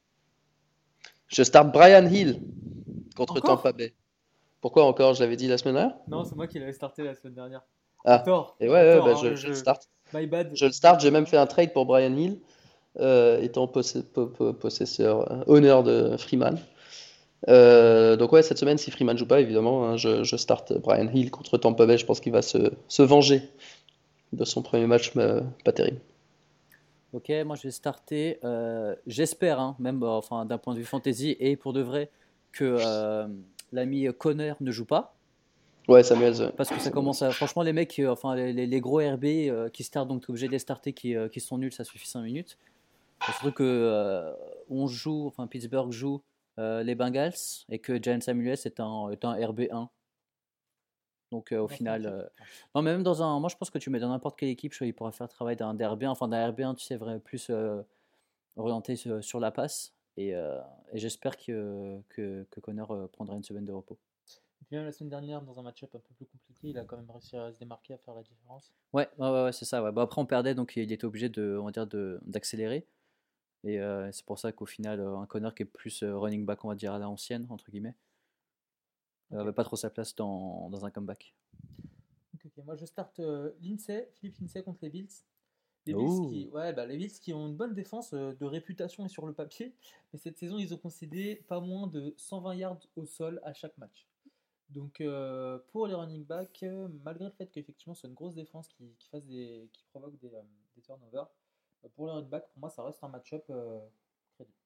Je start Brian Hill contre Encore Tampa Bay. Pourquoi encore? Je l'avais dit la semaine dernière. Non, c'est moi qui l'avais starté la semaine dernière. À Ah, tort, et ouais, à ouais, tort. bah, Hein, je, je le je... start. My bad. Je le start. J'ai même fait un trade pour Brian Hill, euh, étant possé- po- po- possesseur, euh, honneur de Freeman. Euh, donc ouais, cette semaine, si Freeman joue pas, évidemment, hein, je, je start Brian Hill contre Tampa Bay. Je pense qu'il va se, se venger de son premier match, mais pas terrible. Ok, moi je vais starter. euh, J'espère, hein, même euh, enfin, d'un point de vue fantasy et pour de vrai, que euh, l'ami Connor ne joue pas. Ouais, Samuels. ouais. Parce que ça Samuels. commence à. Franchement, les mecs, euh, enfin, les, les- les gros R B euh, qui startent, donc tu es obligé de les starter, qui, euh, qui sont nuls, ça suffit cinq minutes. Et surtout que euh, on joue, enfin Pittsburgh joue euh, les Bengals et que Jalen Samuels est un, est un R B un. Donc euh, au Dans son final. équipe. euh, Non, mais même dans un. Moi je pense que tu mets dans n'importe quelle équipe, je crois, il pourra faire le travail d'un R B un. Enfin d'un R B un, tu sais, vrai, plus euh, orienté sur, sur la passe. Et, euh, et j'espère que, que, que Connor euh, prendra une semaine de repos. Et puis même la semaine dernière, dans un match-up un peu plus compliqué, il a quand même réussi à se démarquer, à faire la différence. Ouais, ouais, ouais, ouais, c'est ça. Ouais. Bon, après on perdait, donc il était obligé de, on va dire, de, d'accélérer. Et euh, c'est pour ça qu'au final, euh, un Connor qui est plus euh, running back, on va dire, à la ancienne, entre guillemets, Ok. n'avait pas trop sa place dans, dans un comeback. Ok, ok. Moi, je starte euh, Lindsay, Philippe Lindsay contre les Bills. Les Bills Ouh. qui, ouais, bah, les Bills qui ont une bonne défense euh, de réputation et sur le papier, mais cette saison, ils ont concédé pas moins de cent vingt yards au sol à chaque match. Donc euh, pour les running backs, euh, malgré le fait qu'effectivement c'est une grosse défense qui, qui, fasse des, qui provoque des, euh, des turnovers, euh, pour les running backs, pour moi ça reste un match-up euh, crédible.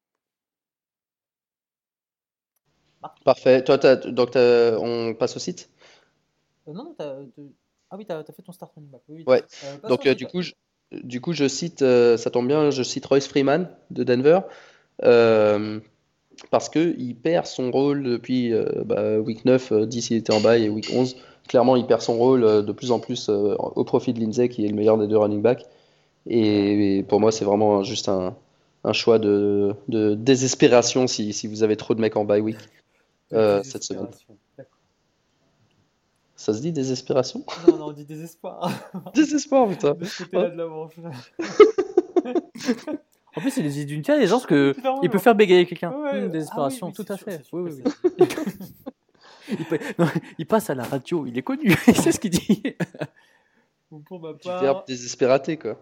Marc Parfait. Toi, t'as- donc t'as- on passe au site? Euh, Non, non, t'as, t'as- ah oui, t'as, t'as fait ton start running back, oui, oui. Ouais. Euh, passons Donc au euh, site, du ouais. coup, je, du coup, je cite, euh, ça tombe bien, je cite Royce Freeman de Denver. Euh, Parce qu'il perd son rôle depuis euh, bah, week neuf, euh, dix il était en bas et week onze. Clairement, il perd son rôle euh, de plus en plus euh, au profit de Lindsay, qui est le meilleur des deux running backs. Et, et pour moi, c'est vraiment juste un, un choix de, de désespération si, si vous avez trop de mecs en bye week De euh, cette semaine. désespération. D'accord. Ça se dit désespération? Non, non, on dit désespoir. Désespoir, putain. De ce Oh. côté-là de la manche. En plus, il est d'une telle aisance que Clairement, il peut genre. faire bégayer quelqu'un. Ouais, Hum, ah oui, désespération, oui, tout c'est à sûr, fait. c'est sûr Oui, que oui, c'est. oui. Il, peut- non, il passe à la radio, il est connu, il sait ce qu'il dit. Bon, pour ma Du verbe part, désespératé, quoi.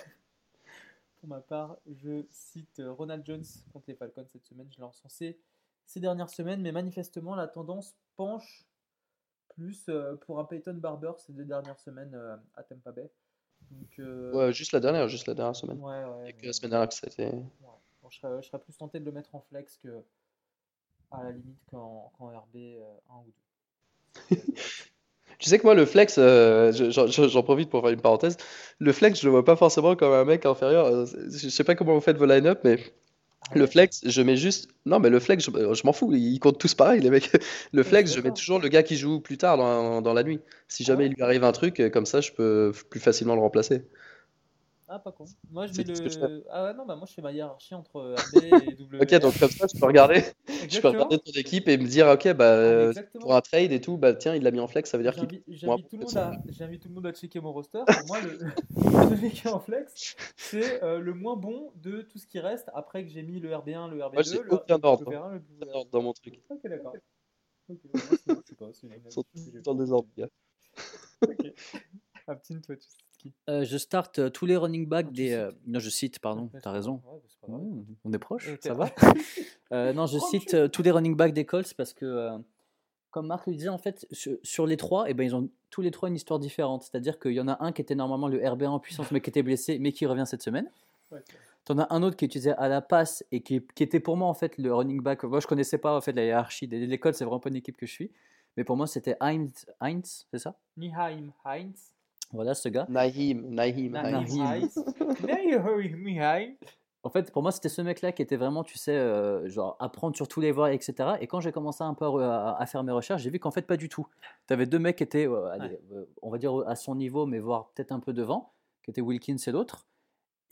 pour ma part, je cite euh, Ronald Jones contre les Falcons cette semaine. Je l'ai encensé ces dernières semaines, mais manifestement, la tendance penche plus euh, pour un Peyton Barber ces deux dernières semaines euh, à Tampa Bay. Donc, euh, Ouais, juste la dernière, juste la dernière semaine. ouais, Il n'y ouais, a que la mais semaine dernière que ça a été. ouais. Bon, je, serais, je serais plus tenté de le mettre en flex que à la limite qu'en qu'en R B euh, un ou deux. Si je dois dire. Tu sais que moi, le flex, euh, je- j'en j'en- j'en profite pour faire une parenthèse. Le flex, je le vois pas forcément comme un mec inférieur. Euh, Je sais pas comment vous faites vos line-up, mais Ah le ouais? flex, je mets juste. Non, mais le flex, je, je m'en fous. Ils comptent tous pareil, les mecs. Le Ouais, je suis flex, je mets d'accord. toujours le gars qui joue plus tard dans, dans la nuit. Si Ah jamais ouais? il lui arrive un truc, euh, comme ça, je peux plus facilement le remplacer. Ah, pas con. Moi, je mets C'est tout ce que je fais. le. Ah ouais, non, bah moi, je fais ma hiérarchie entre R B et Ok, W R. donc comme ça, je peux regarder, je peux regarder Exactement. ton équipe et me dire, ok, bah, Ah, mais euh, pour exactement. un trade et tout, bah tiens, il l'a mis en flex, ça veut dire qu'il peut J'invite, être moins bon j'invite tout le que monde son. à, j'invite tout le monde à checker mon roster. Pour moi, le, celui qui est en flex, c'est euh, le moins bon de tout ce qui reste après que j'ai mis le R B un, le Moi, R B deux, j'ai le, aucun le ordre, hein. W R un, le Aucun W R deux. ordre dans mon truc. Ok, d'accord. Ok, bah moi, c'est, je sais pas, c'est une Ils sont habitude que j'ai tous dans le prise. désordre, gars. Ok. Aptine, toi, tu sais qui? Euh, je start euh, tous les running Ah, backs tu des. euh, cites. Non, je cite, Ouais, pardon, c'est t'as pas grave. raison. Ouais, bah, c'est pas grave. Mmh, on est proche, Euh, ça t'es- va. Euh, non, je cite Tranquille. euh, tous les running backs des Colts parce que, euh, comme Marc le disait, en fait, sur, sur les trois, eh ben, ils ont tous les trois une histoire différente. C'est-à-dire qu'il y en a un qui était normalement le R B un en puissance, mais qui était blessé, mais qui revient cette semaine. Ouais. T'en as un autre qui utilisait à la passe et qui, qui était pour moi en fait le running back. Moi, je connaissais pas en fait la hiérarchie des les Colts, c'est vraiment pas une équipe que je suis. Mais pour moi, c'était Heinz, Heinz, c'est ça? Niheim Heinz. Voilà, ce gars. Naïm, Naïm, Naheem Heinz. Nahim. Heinz. Naheem Heinz. En fait, pour moi, c'était ce mec-là qui était vraiment, tu sais, euh, genre apprendre sur tous les voies, et cetera. Et quand j'ai commencé un peu à, à faire mes recherches, j'ai vu qu'en fait, pas du tout. Tu avais deux mecs qui étaient, euh, allez, Ouais. euh, on va dire, à son niveau, mais voire peut-être un peu devant, qui étaient Wilkins et l'autre. Et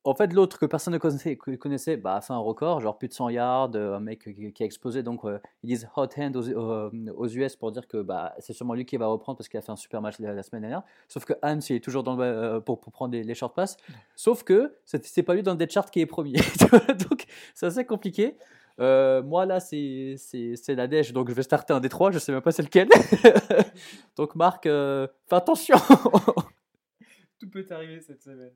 En fait, l'autre que personne ne connaissait, que- connaissait bah, a fait un record, genre plus de cent yards, euh, un mec qui, qui a explosé. Donc, euh, ils disent hot hand aux, aux- aux U S pour dire que bah, c'est sûrement lui qui va reprendre parce qu'il a fait un super match la, la semaine dernière. Sauf que Hans, il est toujours dans le, euh, pour, pour prendre les, les short passes. Sauf que c'est c'est pas lui dans le depth chart qui est premier. Tu vois, donc, c'est assez compliqué. Euh, moi, là, c'est c'est- c'est la dèche, donc je vais starter un des trois. Je sais même pas c'est lequel. Donc, Marc, euh, fais attention. Tout peut arriver cette semaine.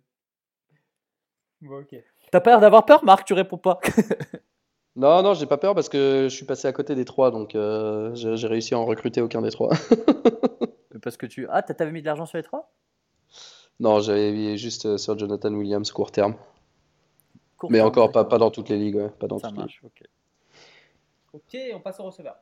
Bon, ok. T'as pas l'air d'avoir peur, Marc, tu réponds pas. Non, non, j'ai pas peur parce que je suis passé à côté des trois, donc euh, j'ai j'ai réussi à en recruter aucun des trois. Parce que tu. Ah, t'as- t'avais mis de l'argent sur les trois? Non, j'avais mis juste euh, sur Jonathan Williams court terme. Court Mais terme, encore pas, d'accord. pas dans toutes les ligues, ouais, pas dans Ça toutes les ligues. marche, ok. Ok, on passe au receveur.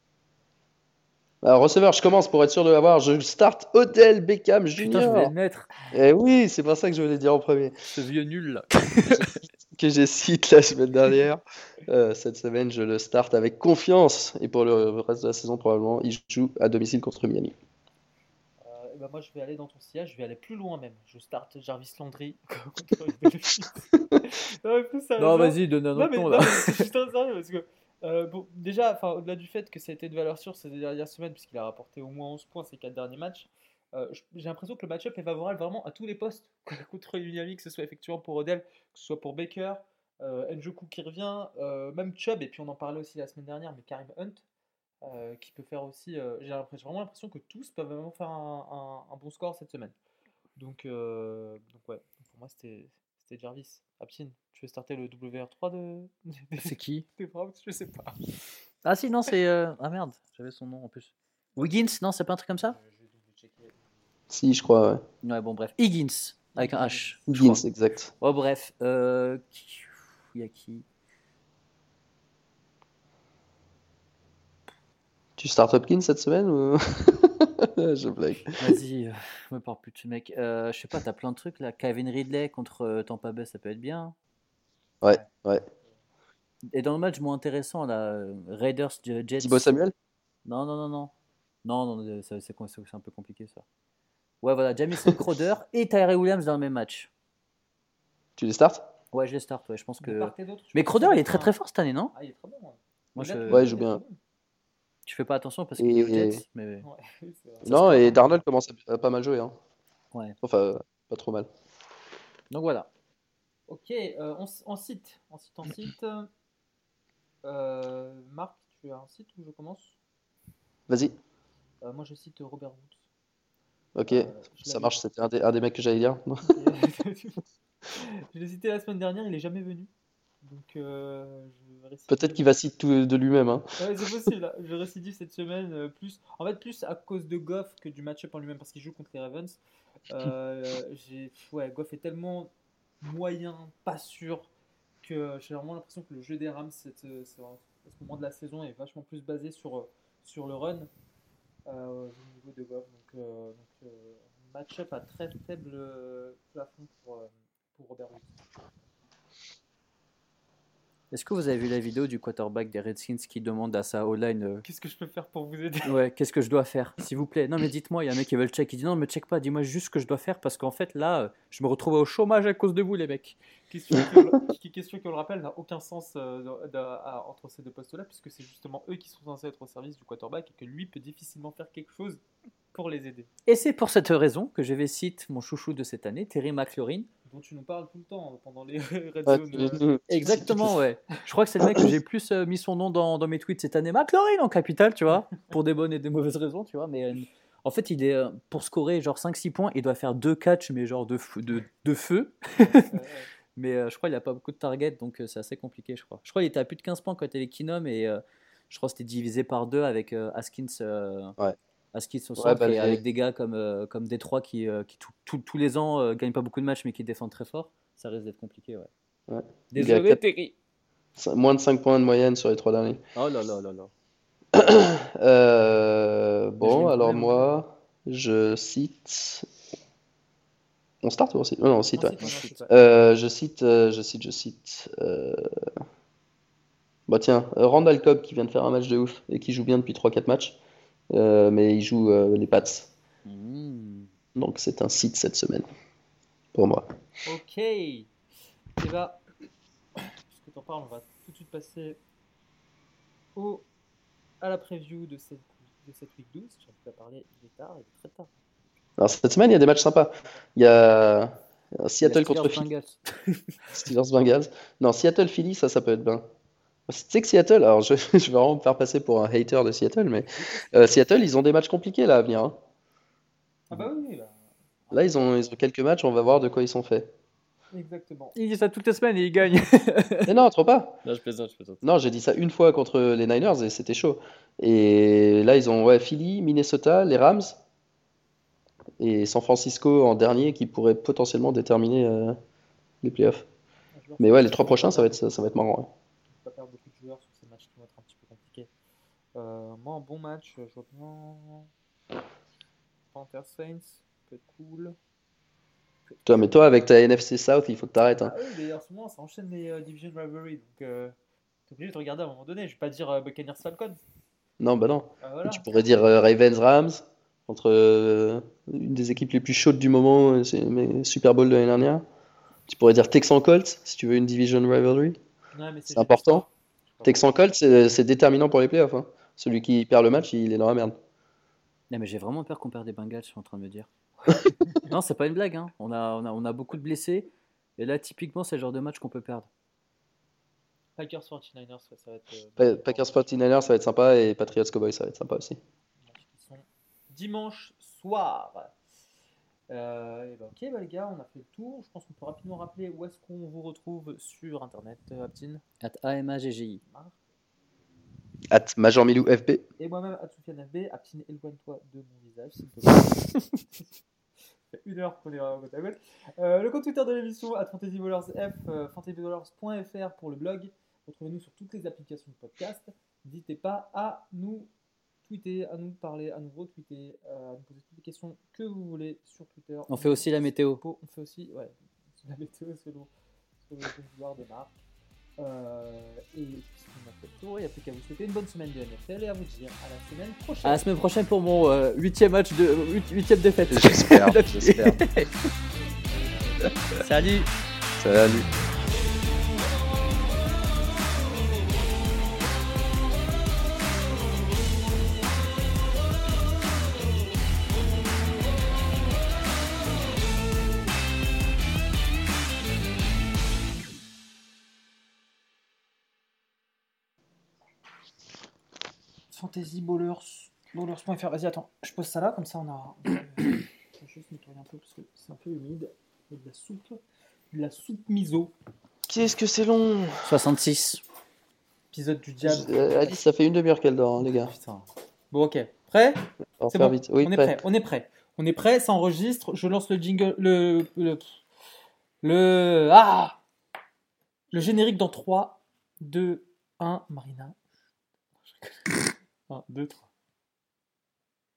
Alors, receveur, je commence pour être sûr de l'avoir. Je start Odell Beckham Putain, je voulais le Junior mettre. Eh oui, c'est pour ça que je voulais dire en premier. Ce vieux nul là. Que j'ai cité la semaine dernière. Euh, cette semaine, je le start avec confiance. Et pour le reste de la saison, probablement, il joue à domicile contre Miami. Euh, et ben moi, je vais aller dans ton sillage, je vais aller plus loin même. Je start Jarvis Landry contre les Dolphins. Non, mais plus Non, sérieusement- vas-y, donne un Non, autre mais, nom non, là. mais c'est juste très sérieux parce que euh, bon, déjà, enfin, au-delà du fait que ça a été de valeur sûre ces dernières semaines, puisqu'il a rapporté au moins onze points ces quatre derniers matchs, euh, j- j'ai l'impression que le match-up est favorable vraiment à tous les postes contre Miami, que ce soit effectivement pour Odell, que ce soit pour Baker, euh, Njoku qui revient, euh, même Chubb, et puis on en parlait aussi la semaine dernière, mais Karim Hunt, euh, qui peut faire aussi. euh, j'ai l'impression- j'ai vraiment l'impression que tous peuvent vraiment faire un, un- un bon score cette semaine. Donc, euh, donc ouais, pour moi c'était c'était Jarvis. Aptin, tu veux starter le W R trois de C'est qui? des Browns? Je sais pas. Ah si, non, c'est. euh, Ah merde, j'avais son nom en plus. Wiggins, non, c'est pas un truc comme ça? Euh, je vais double-checker. Si, je crois, ouais. Ouais, bon, bref. Higgins, avec un H. je Higgins, crois. exact. Oh, bref. Euh... qui- Il y a qui? Tu start Hopkins cette semaine ou... Je blague. Vas-y, euh, me parle plus de ce mec. Euh, je sais pas, t'as plein de trucs là. Kevin Ridley contre euh, Tampa Bay, ça peut être bien. Ouais, ouais. Et dans le match moins intéressant, là, euh, Raiders Jets. Thibaut Samuel? Non, non, non, non. Non, non, euh, ça- c'est con- c'est un peu compliqué ça. Ouais, voilà, Jamison Crowder et Tyree Williams dans le même match. Tu les starts? Ouais, je les start, ouais, je pense De que. part et d'autre, je Mais pense que Crowder, ça il va est être très un- très fort cette année, non? Ah, il est très bon. Ouais. Moi, Au-delà je- de Ouais, tout, il joue est bien. très bon. Tu fais pas attention parce qu'il est aux Et... Jets, mais. Ouais, c'est vrai. Ça Non, serait et marrant. Darnold commence à à pas mal jouer. Hein. Ouais. Enfin, euh, pas trop mal. Donc voilà. Ok, euh, on, on cite. On cite, on cite. Euh, Marc, tu as un site où je commence? Vas-y. Euh, moi, je cite Robert Woods. Ok, Euh, je ça l'avais- marche. C'était un des, un des mecs que j'allais dire. Je l'ai cité la semaine dernière, il est jamais venu. Donc, euh, je récidive. Peut-être qu'il va citer tout de lui-même. Hein. Ouais, c'est possible. Là. Je récidive cette semaine euh, plus. En fait, plus à cause de Goff que du match-up en lui-même parce qu'il joue contre les Ravens. Euh, j'ai, ouais, Goff est tellement moyen, pas sûr que j'ai vraiment l'impression que le jeu des Rams, cette- ce- ce- à ce moment de la saison, est vachement plus basé sur, euh, sur le run euh, au niveau de Goff. Donc, euh, donc euh, match-up à très faible euh, plafond pour, euh, pour Robert Woods. Est-ce que vous avez vu la vidéo du quarterback des Redskins qui demande à sa O-line euh, Qu'est-ce que je peux faire pour vous aider? ouais, qu'est-ce que je dois faire, s'il vous plaît? Non, mais dites-moi, il y a un mec qui veut le check. Il dit non, me check pas, dis-moi juste ce que je dois faire parce qu'en fait, là, euh, je me retrouve au chômage à cause de vous, les mecs. Question que, qui- question que, on le rappelle, n'a aucun sens euh, de- de- à- entre ces deux postes-là, puisque c'est justement eux qui sont censés être au service du quarterback et que lui peut difficilement faire quelque chose pour les aider. Et c'est pour cette raison que je vais citer mon chouchou de cette année, Terry McLaurin. Dont tu nous parles tout le temps euh, pendant les Red Ouais, Zone. tu- euh, tu- Exactement, ouais. Je crois que c'est le mec que j'ai plus euh, mis son nom dans, dans mes tweets cette année. McLaurin en capital, tu vois, pour des bonnes et des mauvaises raisons, tu vois. Mais euh, en fait, il est euh, pour scorer genre cinq six points, il doit faire deux catchs, mais genre de, feu- de, de feu. euh, euh, Mais euh, je crois qu'il a pas beaucoup de targets, donc euh, c'est assez compliqué, je crois. Je crois qu'il était à plus de quinze points quand il était avec Keenum et euh, je crois que c'était divisé par deux avec euh, Haskins, euh, Ouais. Haskins au Ouais, centre bah, et les- avec des gars comme, euh, comme Détroit qui, euh, qui tout- tout- tous les ans euh, gagnent pas beaucoup de matchs mais qui défendent très fort. Ça risque d'être compliqué, ouais. Ouais. Désolé, Il a quatre- Terry. Moins de cinq points de moyenne sur les trois derniers. Oh là là là là. Euh, Je vais bon, me alors couler, moi, je cite. On start ou on cite? Oh, non, on cite, on ouais. cite, on cite, ouais. Euh, je cite, euh, je cite, je cite. euh, Bah tiens, euh, Randall Cobb qui vient de faire un match de ouf et qui joue bien depuis trois quatre matchs. Euh, mais il joue euh, les Pats. Mmh. Donc c'est un cite cette semaine. Pour moi. Ok. Et bah, puisque t'en parles, on va tout de suite passer au, à la preview de cette, de cette week douze. J'ai envie de parler, il est tard, il est très tard. Alors, cette semaine, il y a des matchs sympas. Il y a Seattle Les contre Steelers Philly. Bengals. Steelers Bengals. Non, Seattle Philly, ça, ça peut être bien. Tu sais que Seattle, alors je, je vais vraiment me faire passer pour un hater de Seattle, mais euh, Seattle, ils ont des matchs compliqués là à venir, hein. Ah bah oui, oui, bah, Là, ils ont, ils ont quelques matchs, on va voir de quoi ils sont faits. exactement. Il dit ça toutes les semaines et il gagne. Mais non, trop pas. Non, je plaisante, je plaisante. Non, j'ai dit ça une fois contre les Niners et c'était chaud. Et là, ils ont ouais, Philly, Minnesota, les Rams et San Francisco en dernier qui pourrait potentiellement déterminer euh, les playoffs. Je vais voir Mais si ouais, je les trois peux prochains, ça va pas être, ça, ça va être marrant, ouais. pas perdre beaucoup de joueurs sur ces matchs qui vont être un petit peu compliqués. Euh, moi, un bon match, je vois bien Panthers Saints, peut être cool. Toi, mais toi, avec ta N F C South, il faut que t'arrêtes, hein. Ah oui, mais en ce moment, ça enchaîne les euh, Division Rivalry, donc euh, t'es obligé de regarder à un moment donné. Je vais pas dire euh, Buccaneers Falcons. Non, bah non. Ah, voilà. Tu pourrais dire euh, Ravens Rams entre euh, une des équipes les plus chaudes du moment, euh, c'est mais Super Bowl de l'année dernière. Tu pourrais dire Texan Colts si tu veux une division rivalry. Ouais, mais C'est important. Je sais pas Texan Colts, c'est c'est déterminant pour les playoffs, hein. Celui qui perd le match, il est dans la merde. Non, mais j'ai vraiment peur qu'on perde des Bengals, je suis en train de me dire. Non, c'est pas une blague, hein. On a, on a, on a beaucoup de blessés. Et là, typiquement, c'est le genre de match qu'on peut perdre. Packers forty-niners, ça, ça va être. euh, Pa- bon, Packers forty-niners, ça va être sympa et Patriots Cowboys, ça va être sympa aussi. matchs qui sont dimanche soir. Euh, et ben, ok, bah, les gars, on a fait le tour. Je pense qu'on peut rapidement rappeler où est-ce qu'on vous retrouve sur internet, euh, Aptine, At A M A G G I. Marc, At Major Milou F B. et moi-même, Atsoufiane F B. Aptine, éloigne-toi de mon visage, s'il te plaît. Ça fait une heure qu'on est à côte à côte. Euh, le compte Twitter de l'émission, at Fantasy Ballers F, euh, fantasy ballers point f r pour le blog. Retrouvez-nous sur toutes les applications de podcast. N'hésitez pas à nous tweeter, à nous parler, à nous retweeter, euh, à nous poser toutes les questions que vous voulez sur Twitter. On fait aussi la météo. On fait aussi, ouais, la météo selon, selon le bon vouloir de Marc. Euh, et on a fait le tour, il n'y a plus qu'à vous souhaiter une bonne semaine de N F L et à vous dire à la semaine prochaine. À la semaine prochaine pour mon euh, huitième match de huit- huitième défaite. J'espère, j'espère. Salut. Salut. Fantasy Ballers, ballers point f r. Vas-y, attends, je pose ça là, comme ça on a. Je vais juste nettoyer un peu parce que c'est un peu humide. Il y a de la soupe, de la soupe miso. Qu'est-ce que c'est long. soixante-six. Épisode du diable. Euh, Alice, ça fait une demi-heure qu'elle dort, hein, les gars. Putain. Bon, ok. Prêt? On va C'est faire bon. vite. Oui, on est prêt. prêt. On est prêt. On est prêt. Ça enregistre. Je lance le jingle. Le. Le. le ah Le générique dans trois, deux, un. Marina. un, deux, trois.